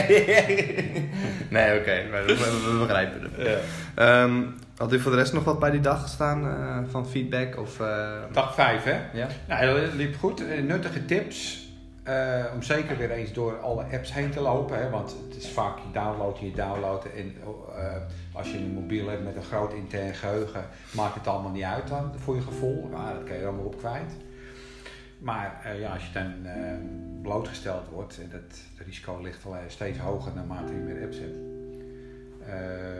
Nee, oké, okay, we, we, we begrijpen het. Ja. Um, had u voor de rest nog wat bij die dag staan uh, van feedback? Of, uh... Dag vijf, hè? Ja. Nou, dat liep goed. Uh, nuttige tips. Uh, om zeker weer eens door alle apps heen te lopen. Hè? Want het is vaak je downloaden, je downloaden. En uh, als je een mobiel hebt met een groot intern geheugen, maakt het allemaal niet uit dan, voor je gevoel. Nou, dat kan je er allemaal op kwijt. Maar uh, ja, als je dan uh, blootgesteld wordt, en dat het risico ligt al steeds hoger naarmate je meer apps hebt. Uh,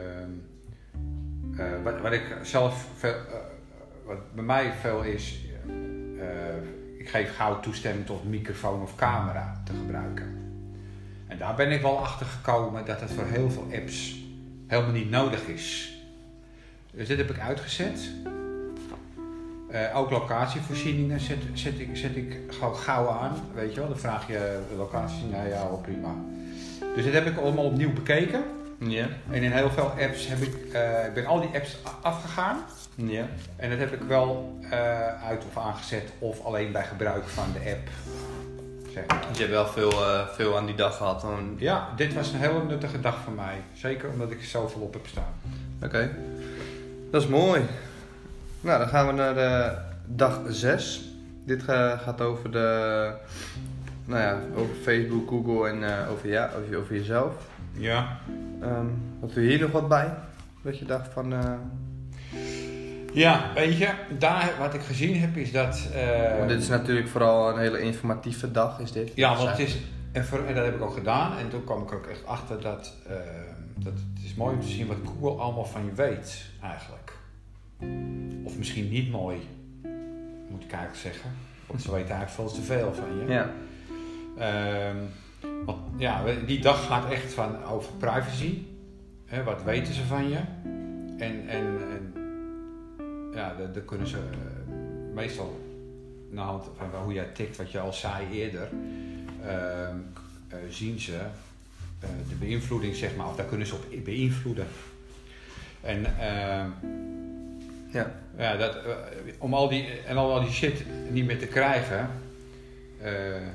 uh, wat, wat ik zelf, veel, uh, wat bij mij veel is, uh, ik geef gauw toestemming tot microfoon of camera te gebruiken. En daar ben ik wel achter gekomen dat het voor heel veel apps helemaal niet nodig is. Dus dit heb ik uitgezet. Uh, ook locatievoorzieningen zet, zet, ik, zet ik gewoon gauw aan, weet je wel. Dan vraag je de locatie, nou ja, wel prima. Dus dit heb ik allemaal opnieuw bekeken. Ja. En in heel veel apps heb ik, uh, ik ben al die apps afgegaan. Ja. En dat heb ik wel uh, uit of aangezet of alleen bij gebruik van de app. Zeg maar. Dus je hebt wel veel, uh, veel aan die dag gehad? Dan... Ja, dit was een hele nuttige dag voor mij. Zeker omdat ik er zoveel op heb staan. Oké, okay. Dat is mooi. Nou, dan gaan we naar de dag zes. Dit uh, gaat over de, nou ja, over Facebook, Google en uh, over, ja, over, over jezelf. Ja. Um, had u hier nog wat bij? Dat je dacht van... Uh... Ja, weet je, daar wat ik gezien heb is dat... Uh... Want dit is natuurlijk vooral een hele informatieve dag, is dit? Ja, want het is... En, voor, en dat heb ik ook gedaan. En toen kwam ik ook echt achter dat... Uh, dat het is mooi om te zien wat Google allemaal van je weet, eigenlijk. Of misschien niet mooi, moet ik eigenlijk zeggen. Want ze weten eigenlijk veel te veel van je. Ja. Um, want ja, die dag gaat echt van over privacy. Hè, wat weten ze van je? En, en, en ja, daar kunnen ze uh, meestal naar hand van hoe jij tikt, wat je al zei eerder, uh, uh, zien ze uh, de beïnvloeding, zeg maar, of daar kunnen ze op beïnvloeden. En uh, ja, ja dat, uh, om al die en al, al die shit niet meer te krijgen, uh,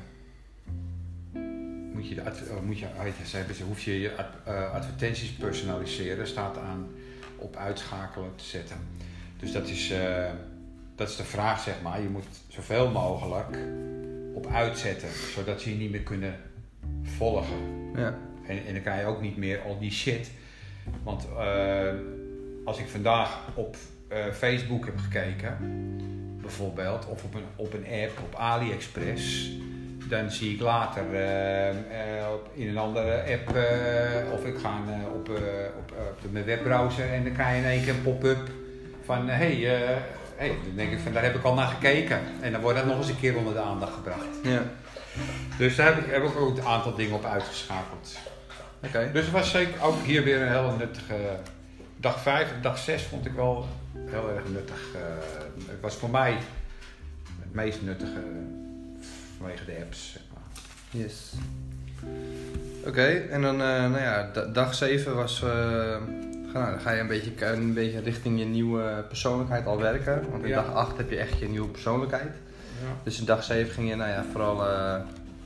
moet je de ad, uh, moet je, ze hoef je je ad, uh, advertenties personaliseren, staat aan op uitschakelen te zetten. Dus dat is, uh, dat is de vraag, zeg maar. Je moet zoveel mogelijk op uitzetten, zodat ze je niet meer kunnen volgen. Ja. En, en dan krijg je ook niet meer al die shit. Want uh, als ik vandaag op uh, Facebook heb gekeken, bijvoorbeeld, of op een, op een app, op AliExpress, dan zie ik later uh, uh, in een andere app, uh, of ik ga uh, op, uh, op, uh, op mijn webbrowser en dan krijg je in één keer een pop-up van, hé, hey, uh, hey, dan denk ik van, daar heb ik al naar gekeken. En dan wordt dat nog eens een keer onder de aandacht gebracht. Ja. Dus daar heb ik, heb ik ook een aantal dingen op uitgeschakeld. Okay. Dus het was zeker ook hier weer een hele nuttige dag vijf. Dag zes vond ik wel heel erg nuttig. Uh, het was voor mij het meest nuttige vanwege de apps. Zeg maar. Yes. Oké, okay, en dan uh, nou ja, d- dag zeven was, uh, nou, dan ga je een beetje, een beetje richting je nieuwe persoonlijkheid al werken. Want in Ja. dag acht heb je echt je nieuwe persoonlijkheid. Ja. Dus in dag zeven ging je nou ja, vooral uh,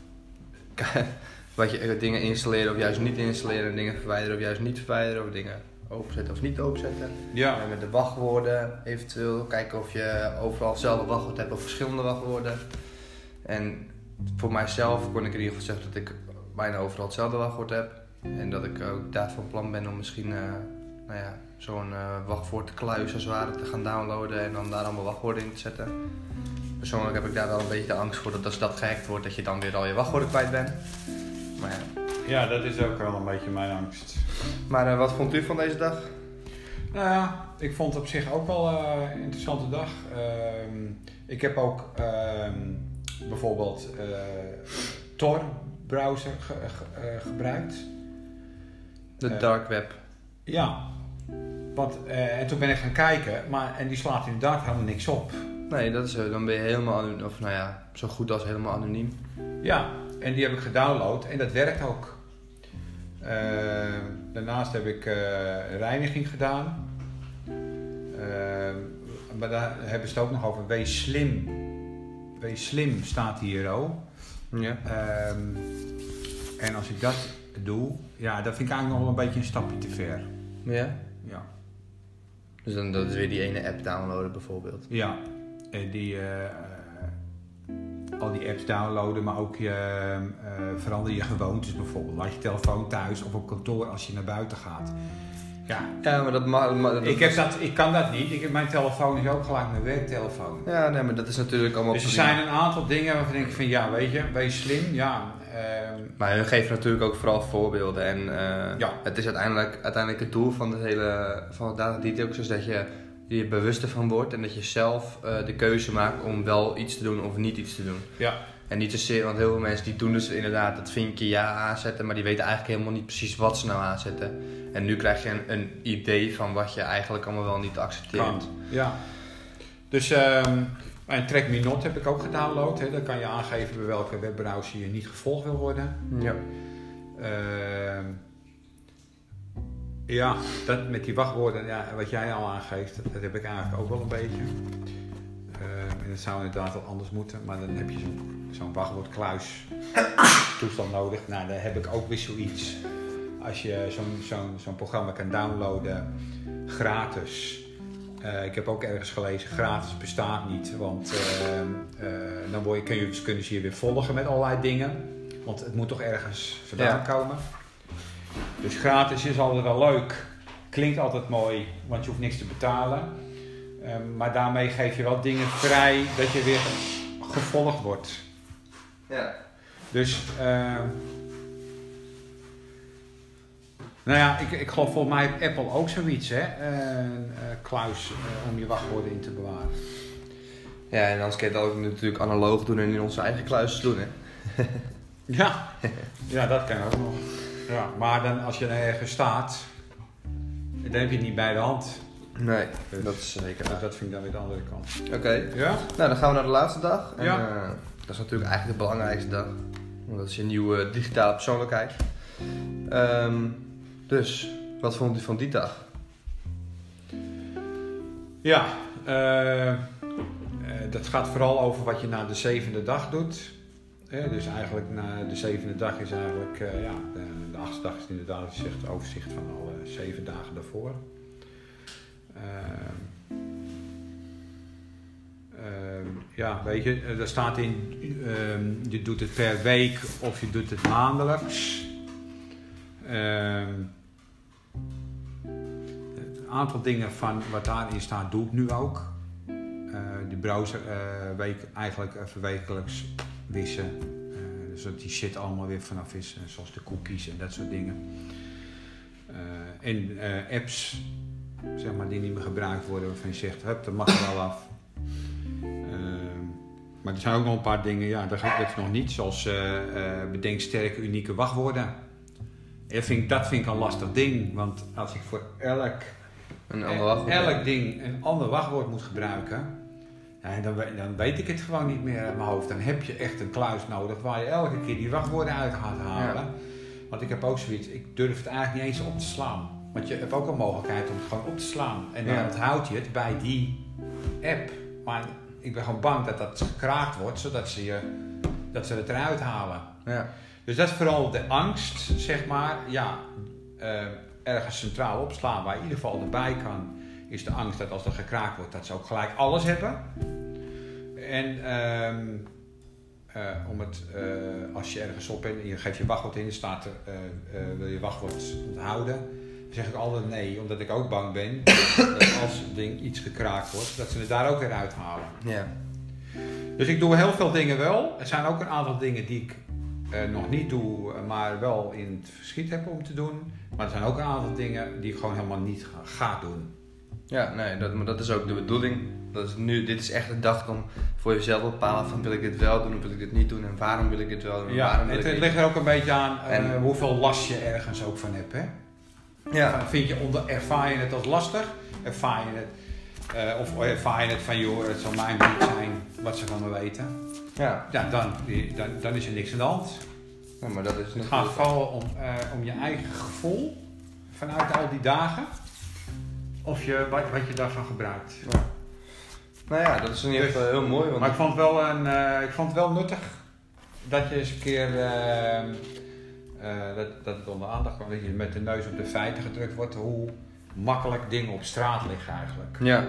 wat je, dingen installeren of juist niet installeren. Dingen verwijderen of juist niet verwijderen. Of dingen openzetten of niet openzetten. Ja. En met de wachtwoorden eventueel kijken of je overal hetzelfde wachtwoord hebt of verschillende wachtwoorden. En voor mijzelf kon ik in ieder geval zeggen dat ik bijna overal hetzelfde wachtwoord heb. En dat ik ook daar van plan ben om misschien uh, nou ja, zo'n uh, wachtwoordkluis als het ware te gaan downloaden en dan daar allemaal wachtwoorden in te zetten. Persoonlijk heb ik daar wel een beetje de angst voor dat als dat gehackt wordt dat je dan weer al je wachtwoorden kwijt bent. Maar ja. Ja, dat is ook wel een beetje mijn angst. Maar uh, wat vond u van deze dag? Nou ja, ik vond het op zich ook wel uh, een interessante dag. Uh, ik heb ook uh, bijvoorbeeld uh, Tor browser ge ge uh, gebruikt. De Uh, dark web. Ja, want, uh, en toen ben ik gaan kijken, maar, en die slaat inderdaad helemaal niks op. Nee, dat is, uh, dan ben je helemaal anoniem, of nou ja, zo goed als helemaal anoniem. Ja, en die heb ik gedownload en dat werkt ook. Uh, daarnaast heb ik uh, reiniging gedaan. Uh, maar daar hebben ze het ook nog over. Wees slim. Wees slim staat hier ook. Ja. Um, en als ik dat doe, ja, dat vind ik eigenlijk nog wel een beetje een stapje te ver. Ja? Ja. Dus dan dat is weer die ene app downloaden bijvoorbeeld. Ja, en die, uh, uh, al die apps downloaden, maar ook je, uh, verander je gewoontes bijvoorbeeld. Laat je telefoon thuis of op kantoor als je naar buiten gaat. Ja, Ja, maar dat mag... ik, heb dat, ik kan dat niet. Ik heb, mijn telefoon is ook gelijk mijn werktelefoon. Ja, nee, maar dat is natuurlijk allemaal... Dus er prima. zijn een aantal dingen waarvan ik denk van ja, weet je, wees slim. Ja, uh, Maar hun geven natuurlijk ook vooral voorbeelden en uh, Ja. het is uiteindelijk, uiteindelijk het doel van het hele van het data detox is dat je je bewust ervan wordt en dat je zelf uh, de keuze maakt om wel iets te doen of niet iets te doen. ja. En niet zozeer, want heel veel mensen die doen dus inderdaad dat vinkje ja aanzetten, maar die weten eigenlijk helemaal niet precies wat ze nou aanzetten. En nu krijg je een, een idee van wat je eigenlijk allemaal wel niet accepteert. Kan. Ja. Dus um, een Track Me Not heb ik ook gedownload. Hè. Dan kan je aangeven bij welke webbrowser je niet gevolgd wil worden. Ja. Uh, ja, dat met die wachtwoorden, ja, wat jij al aangeeft, dat, dat heb ik eigenlijk ook wel een beetje. Uh, en het zou inderdaad wel anders moeten, maar dan heb je zo'n zo'n wachtwoordkluis toestand nodig. Nou, daar heb ik ook weer zoiets. Als je zo'n zo'n zo'n programma kan downloaden, gratis. Uh, ik heb ook ergens gelezen, gratis bestaat niet, want uh, uh, dan word je, kun je, kunnen ze je weer volgen met allerlei dingen. Want het moet toch ergens vandaan Ja. komen. Dus gratis is altijd wel leuk, klinkt altijd mooi, want je hoeft niks te betalen. Uh, maar daarmee geef je wel dingen vrij dat je weer gevolgd wordt. Ja. Dus, uh, nou ja, ik, ik geloof volgens mij heeft Apple ook zoiets, hè? Een uh, uh, kluis uh, om je wachtwoorden in te bewaren. Ja, en anders kun je het ook natuurlijk analoog doen en in onze eigen kluis doen, hè? Ja, ja, dat kan ook nog. Ja, maar dan als je er ergens staat, dan heb je het niet bij de hand. Nee, Dus, dat is zeker. Dus dat vind ik dan weer de andere kant. Oké, okay. Ja? Nou dan gaan we naar de laatste dag. En, Ja. uh, dat is natuurlijk eigenlijk de belangrijkste dag. Want dat is je nieuwe digitale persoonlijkheid. Um, dus, wat vond u van die dag? Ja, uh, uh, dat gaat vooral over wat je na de zevende dag doet. Uh, dus eigenlijk na de zevende dag is eigenlijk, uh, ja, de, de achtste dag is inderdaad het overzicht van alle zeven dagen daarvoor. Uh, uh, ja, weet je, daar staat in, uh, je doet het per week of je doet het maandelijks. Uh, een aantal dingen van wat daarin staat doe ik nu ook. Uh, die browser uh, week, eigenlijk even wekelijks wissen. Uh, zodat die shit allemaal weer vanaf is, uh, zoals de cookies en dat soort dingen. Uh, en uh, apps, zeg maar, die niet meer gebruikt worden, waarvan je zegt, hup, dat mag er wel af. Uh, maar er zijn ook nog een paar dingen, ja, dat is nog niet, zoals uh, uh, bedenk sterke, unieke wachtwoorden. Dat vind, ik, dat vind ik een lastig ding, want als ik voor elk, Een ander wachtwoord. elk ding een ander wachtwoord moet gebruiken, ja, dan, dan weet ik het gewoon niet meer uit mijn hoofd. Dan heb je echt een kluis nodig waar je elke keer die wachtwoorden uit gaat halen. Ja. Want ik heb ook zoiets, ik durf het eigenlijk niet eens op te slaan. Want je hebt ook een mogelijkheid om het gewoon op te slaan. En dan Ja. onthoud je het bij die app. Maar ik ben gewoon bang dat dat gekraakt wordt, zodat ze, je, dat ze het eruit halen. Ja. Dus dat is vooral de angst, zeg maar. Ja, uh, ergens centraal opslaan waar in ieder geval erbij kan. Is de angst dat als er gekraakt wordt, dat ze ook gelijk alles hebben. En um, uh, om het, uh, als je ergens op bent en je geeft je wachtwoord in, staat er, uh, uh, wil je wachtwoord onthouden. Dan zeg ik altijd nee, omdat ik ook bang ben dat als het ding iets gekraakt wordt, dat ze het daar ook weer uithalen. Ja. Dus ik doe heel veel dingen wel. Er zijn ook een aantal dingen die ik uh, nog niet doe, maar wel in het verschiet heb om te doen. Maar er zijn ook een aantal dingen die ik gewoon helemaal niet ga, ga doen. Ja, nee, dat, maar dat is ook de bedoeling. Dat is nu, dit is echt de dag om voor jezelf te bepalen van wil ik dit wel doen of wil ik dit niet doen en waarom wil ik dit wel doen en Ja, waarom wil het, ik het niet. ligt er ook een beetje aan uh, En- hoeveel last je ergens ook van hebt. Hè? Ja, Vind je onder, ervaar je het als lastig? Ervaar je het, uh, of ervaar je het van joh, het zal mijn niet zijn wat ze van me weten? ja. Ja, dan, dan, dan is er niks aan de hand. ja, maar dat is Het natuurlijk- gaat vooral om, uh, om je eigen gevoel vanuit al die dagen. Of je, wat, wat je daarvan gebruikt. Ja. Nou ja, dat is in ieder geval heel mooi. Want Maar ik vond het wel, een, uh, ik vond het wel nuttig dat je eens een keer uh, uh, dat, dat het onder aandacht kwam. Dat je met de neus op de feiten gedrukt wordt. Hoe makkelijk dingen op straat liggen eigenlijk. Ja.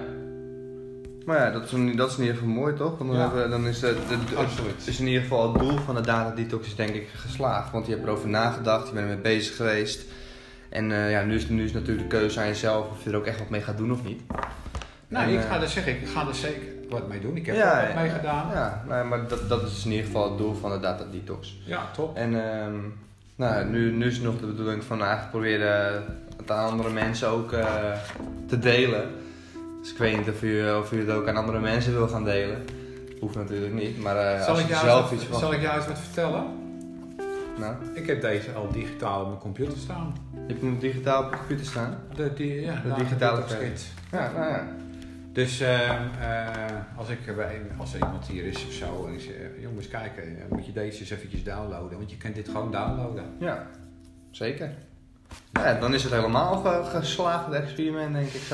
Maar ja, dat is, in- dat is in ieder geval mooi toch? Want dan, Ja. hebben, we- dan is, het, het, Absoluut. het is in ieder geval het doel van de data detox is denk ik geslaagd. Want je hebt erover nagedacht, je bent ermee bezig geweest. En uh, ja, nu is, nu is natuurlijk de keuze aan jezelf of je er ook echt wat mee gaat doen of niet. Nou, En, ik uh, ga er zeggen, ik ga er zeker wat mee doen. Ik heb Ja, er wat ja, mee gedaan. Ja, nou, maar dat, dat is in ieder geval het doel van de data detox. Ja, top. En um, nou, nu, nu is het nog de bedoeling van eigenlijk proberen het aan andere mensen ook uh, te delen. Dus ik weet niet of u, of u het ook aan andere mensen wil gaan delen. Hoeft natuurlijk niet, maar uh, Zal als ik, je jou zelf eens iets wat, van... zal ik jou eens wat vertellen? Nou, Ik heb deze al digitaal op mijn computer staan. je hebt hem digitaal op je computer staan. De, die, ja, De nou, digitale detox versie. kit. Ja, nou ja. Dus uh, uh, als, ik bij, als er iemand hier is of zo en ik zeg, jongens kijken, moet je deze eens eventjes downloaden, want je kunt dit gewoon downloaden. Ja, zeker. Ja, dan is het helemaal ge- geslaagd het experiment denk ik zo.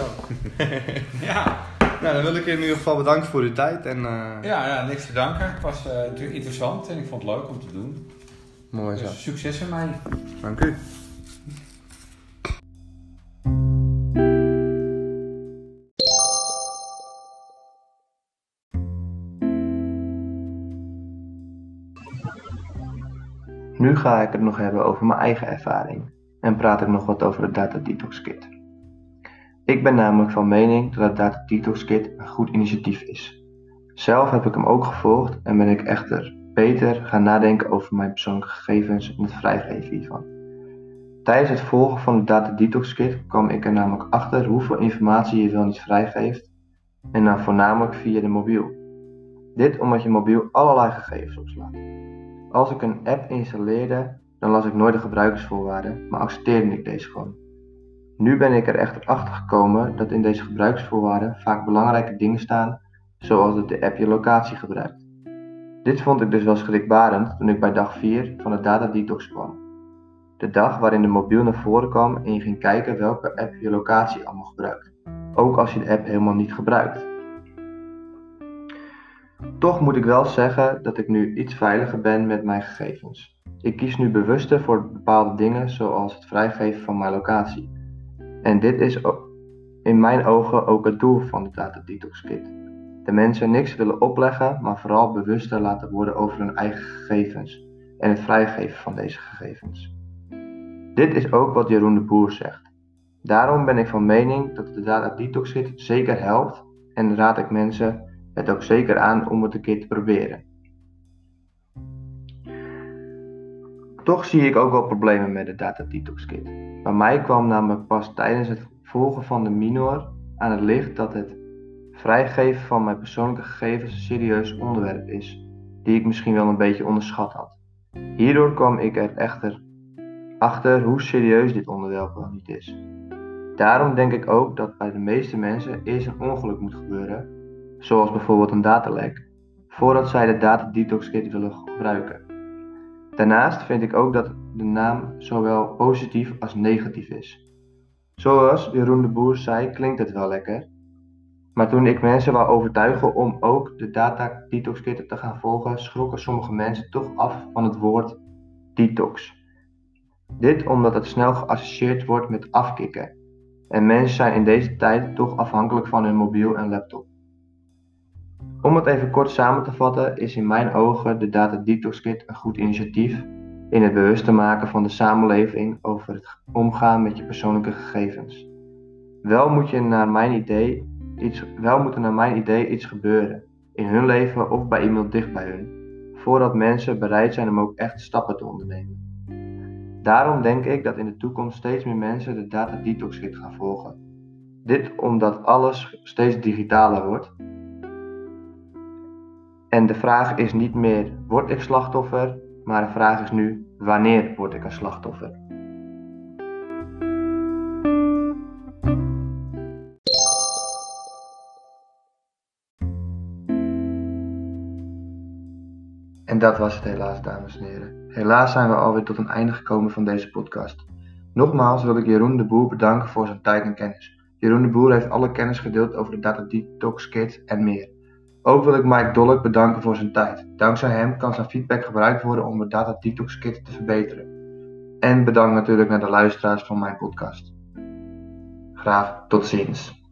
Ja. Nou, dan wil ik je in ieder geval bedanken voor uw tijd en... Uh... Ja, ja, niks te danken. Het was uh, interessant en ik vond het leuk om te doen. Mooi zo. Dus succes ermee. Dank u. Nu ga ik het nog hebben over mijn eigen ervaring en praat ik nog wat over de Data Detox Kit. Ik ben namelijk van mening dat het Data Detox Kit een goed initiatief is. Zelf heb ik hem ook gevolgd en ben ik echter beter gaan nadenken over mijn persoonlijke gegevens en het vrijgeven hiervan. Tijdens het volgen van de Data Detox Kit kwam ik er namelijk achter hoeveel informatie je wel niet vrijgeeft en dan voornamelijk via de mobiel. Dit omdat je mobiel allerlei gegevens opslaat. Als ik een app installeerde, dan las ik nooit de gebruikersvoorwaarden, maar accepteerde ik deze gewoon. Nu ben ik er echter achter gekomen dat in deze gebruikersvoorwaarden vaak belangrijke dingen staan, zoals dat de app je locatie gebruikt. Dit vond ik dus wel schrikbarend toen ik bij dag vier van de Data Detox kwam. De dag waarin de mobiel naar voren kwam en je ging kijken welke app je locatie allemaal gebruikt, ook als je de app helemaal niet gebruikt. Toch moet ik wel zeggen dat ik nu iets veiliger ben met mijn gegevens. Ik kies nu bewuster voor bepaalde dingen zoals het vrijgeven van mijn locatie. En dit is in mijn ogen ook het doel van de Data Detox Kit. De mensen niks willen opleggen, maar vooral bewuster laten worden over hun eigen gegevens en het vrijgeven van deze gegevens. Dit is ook wat Jeroen de Boer zegt. Daarom ben ik van mening dat de Data Detox Kit zeker helpt en raad ik mensen het ook zeker aan om het een keer te proberen. Toch zie ik ook wel problemen met de Data Detox Kit. Bij mij kwam namelijk pas tijdens het volgen van de minor aan het licht dat het vrijgeven van mijn persoonlijke gegevens een serieus onderwerp is, die ik misschien wel een beetje onderschat had. Hierdoor kwam ik er echter achter hoe serieus dit onderwerp wel niet is. Daarom denk ik ook dat bij de meeste mensen eerst een ongeluk moet gebeuren, zoals bijvoorbeeld een datalek, voordat zij de Data Detox Kit willen gebruiken. Daarnaast vind ik ook dat de naam zowel positief als negatief is. Zoals Jeroen de Boer zei, klinkt het wel lekker. Maar toen ik mensen wou overtuigen om ook de Data Detox Kit te gaan volgen, schrokken sommige mensen toch af van het woord detox. Dit omdat het snel geassocieerd wordt met afkicken. En mensen zijn in deze tijd toch afhankelijk van hun mobiel en laptop. Om het even kort samen te vatten, is in mijn ogen de Data Detox Kit een goed initiatief in het bewust maken van de samenleving over het omgaan met je persoonlijke gegevens. Wel moet, je naar mijn idee iets, wel moet er naar mijn idee iets gebeuren, in hun leven of bij iemand dicht bij hun, voordat mensen bereid zijn om ook echt stappen te ondernemen. Daarom denk ik dat in de toekomst steeds meer mensen de Data Detox Kit gaan volgen. Dit omdat alles steeds digitaler wordt. En de vraag is niet meer, word ik slachtoffer? Maar de vraag is nu, wanneer word ik een slachtoffer? En dat was het helaas, dames en heren. Helaas zijn we alweer tot een einde gekomen van deze podcast. Nogmaals wil ik Jeroen de Boer bedanken voor zijn tijd en kennis. Jeroen de Boer heeft alle kennis gedeeld over de Data Detox Kit en meer. Ook wil ik Mike Dolk bedanken voor zijn tijd. Dankzij hem kan zijn feedback gebruikt worden om de Data Detox Kit te verbeteren. En bedankt natuurlijk naar de luisteraars van mijn podcast. Graag tot ziens.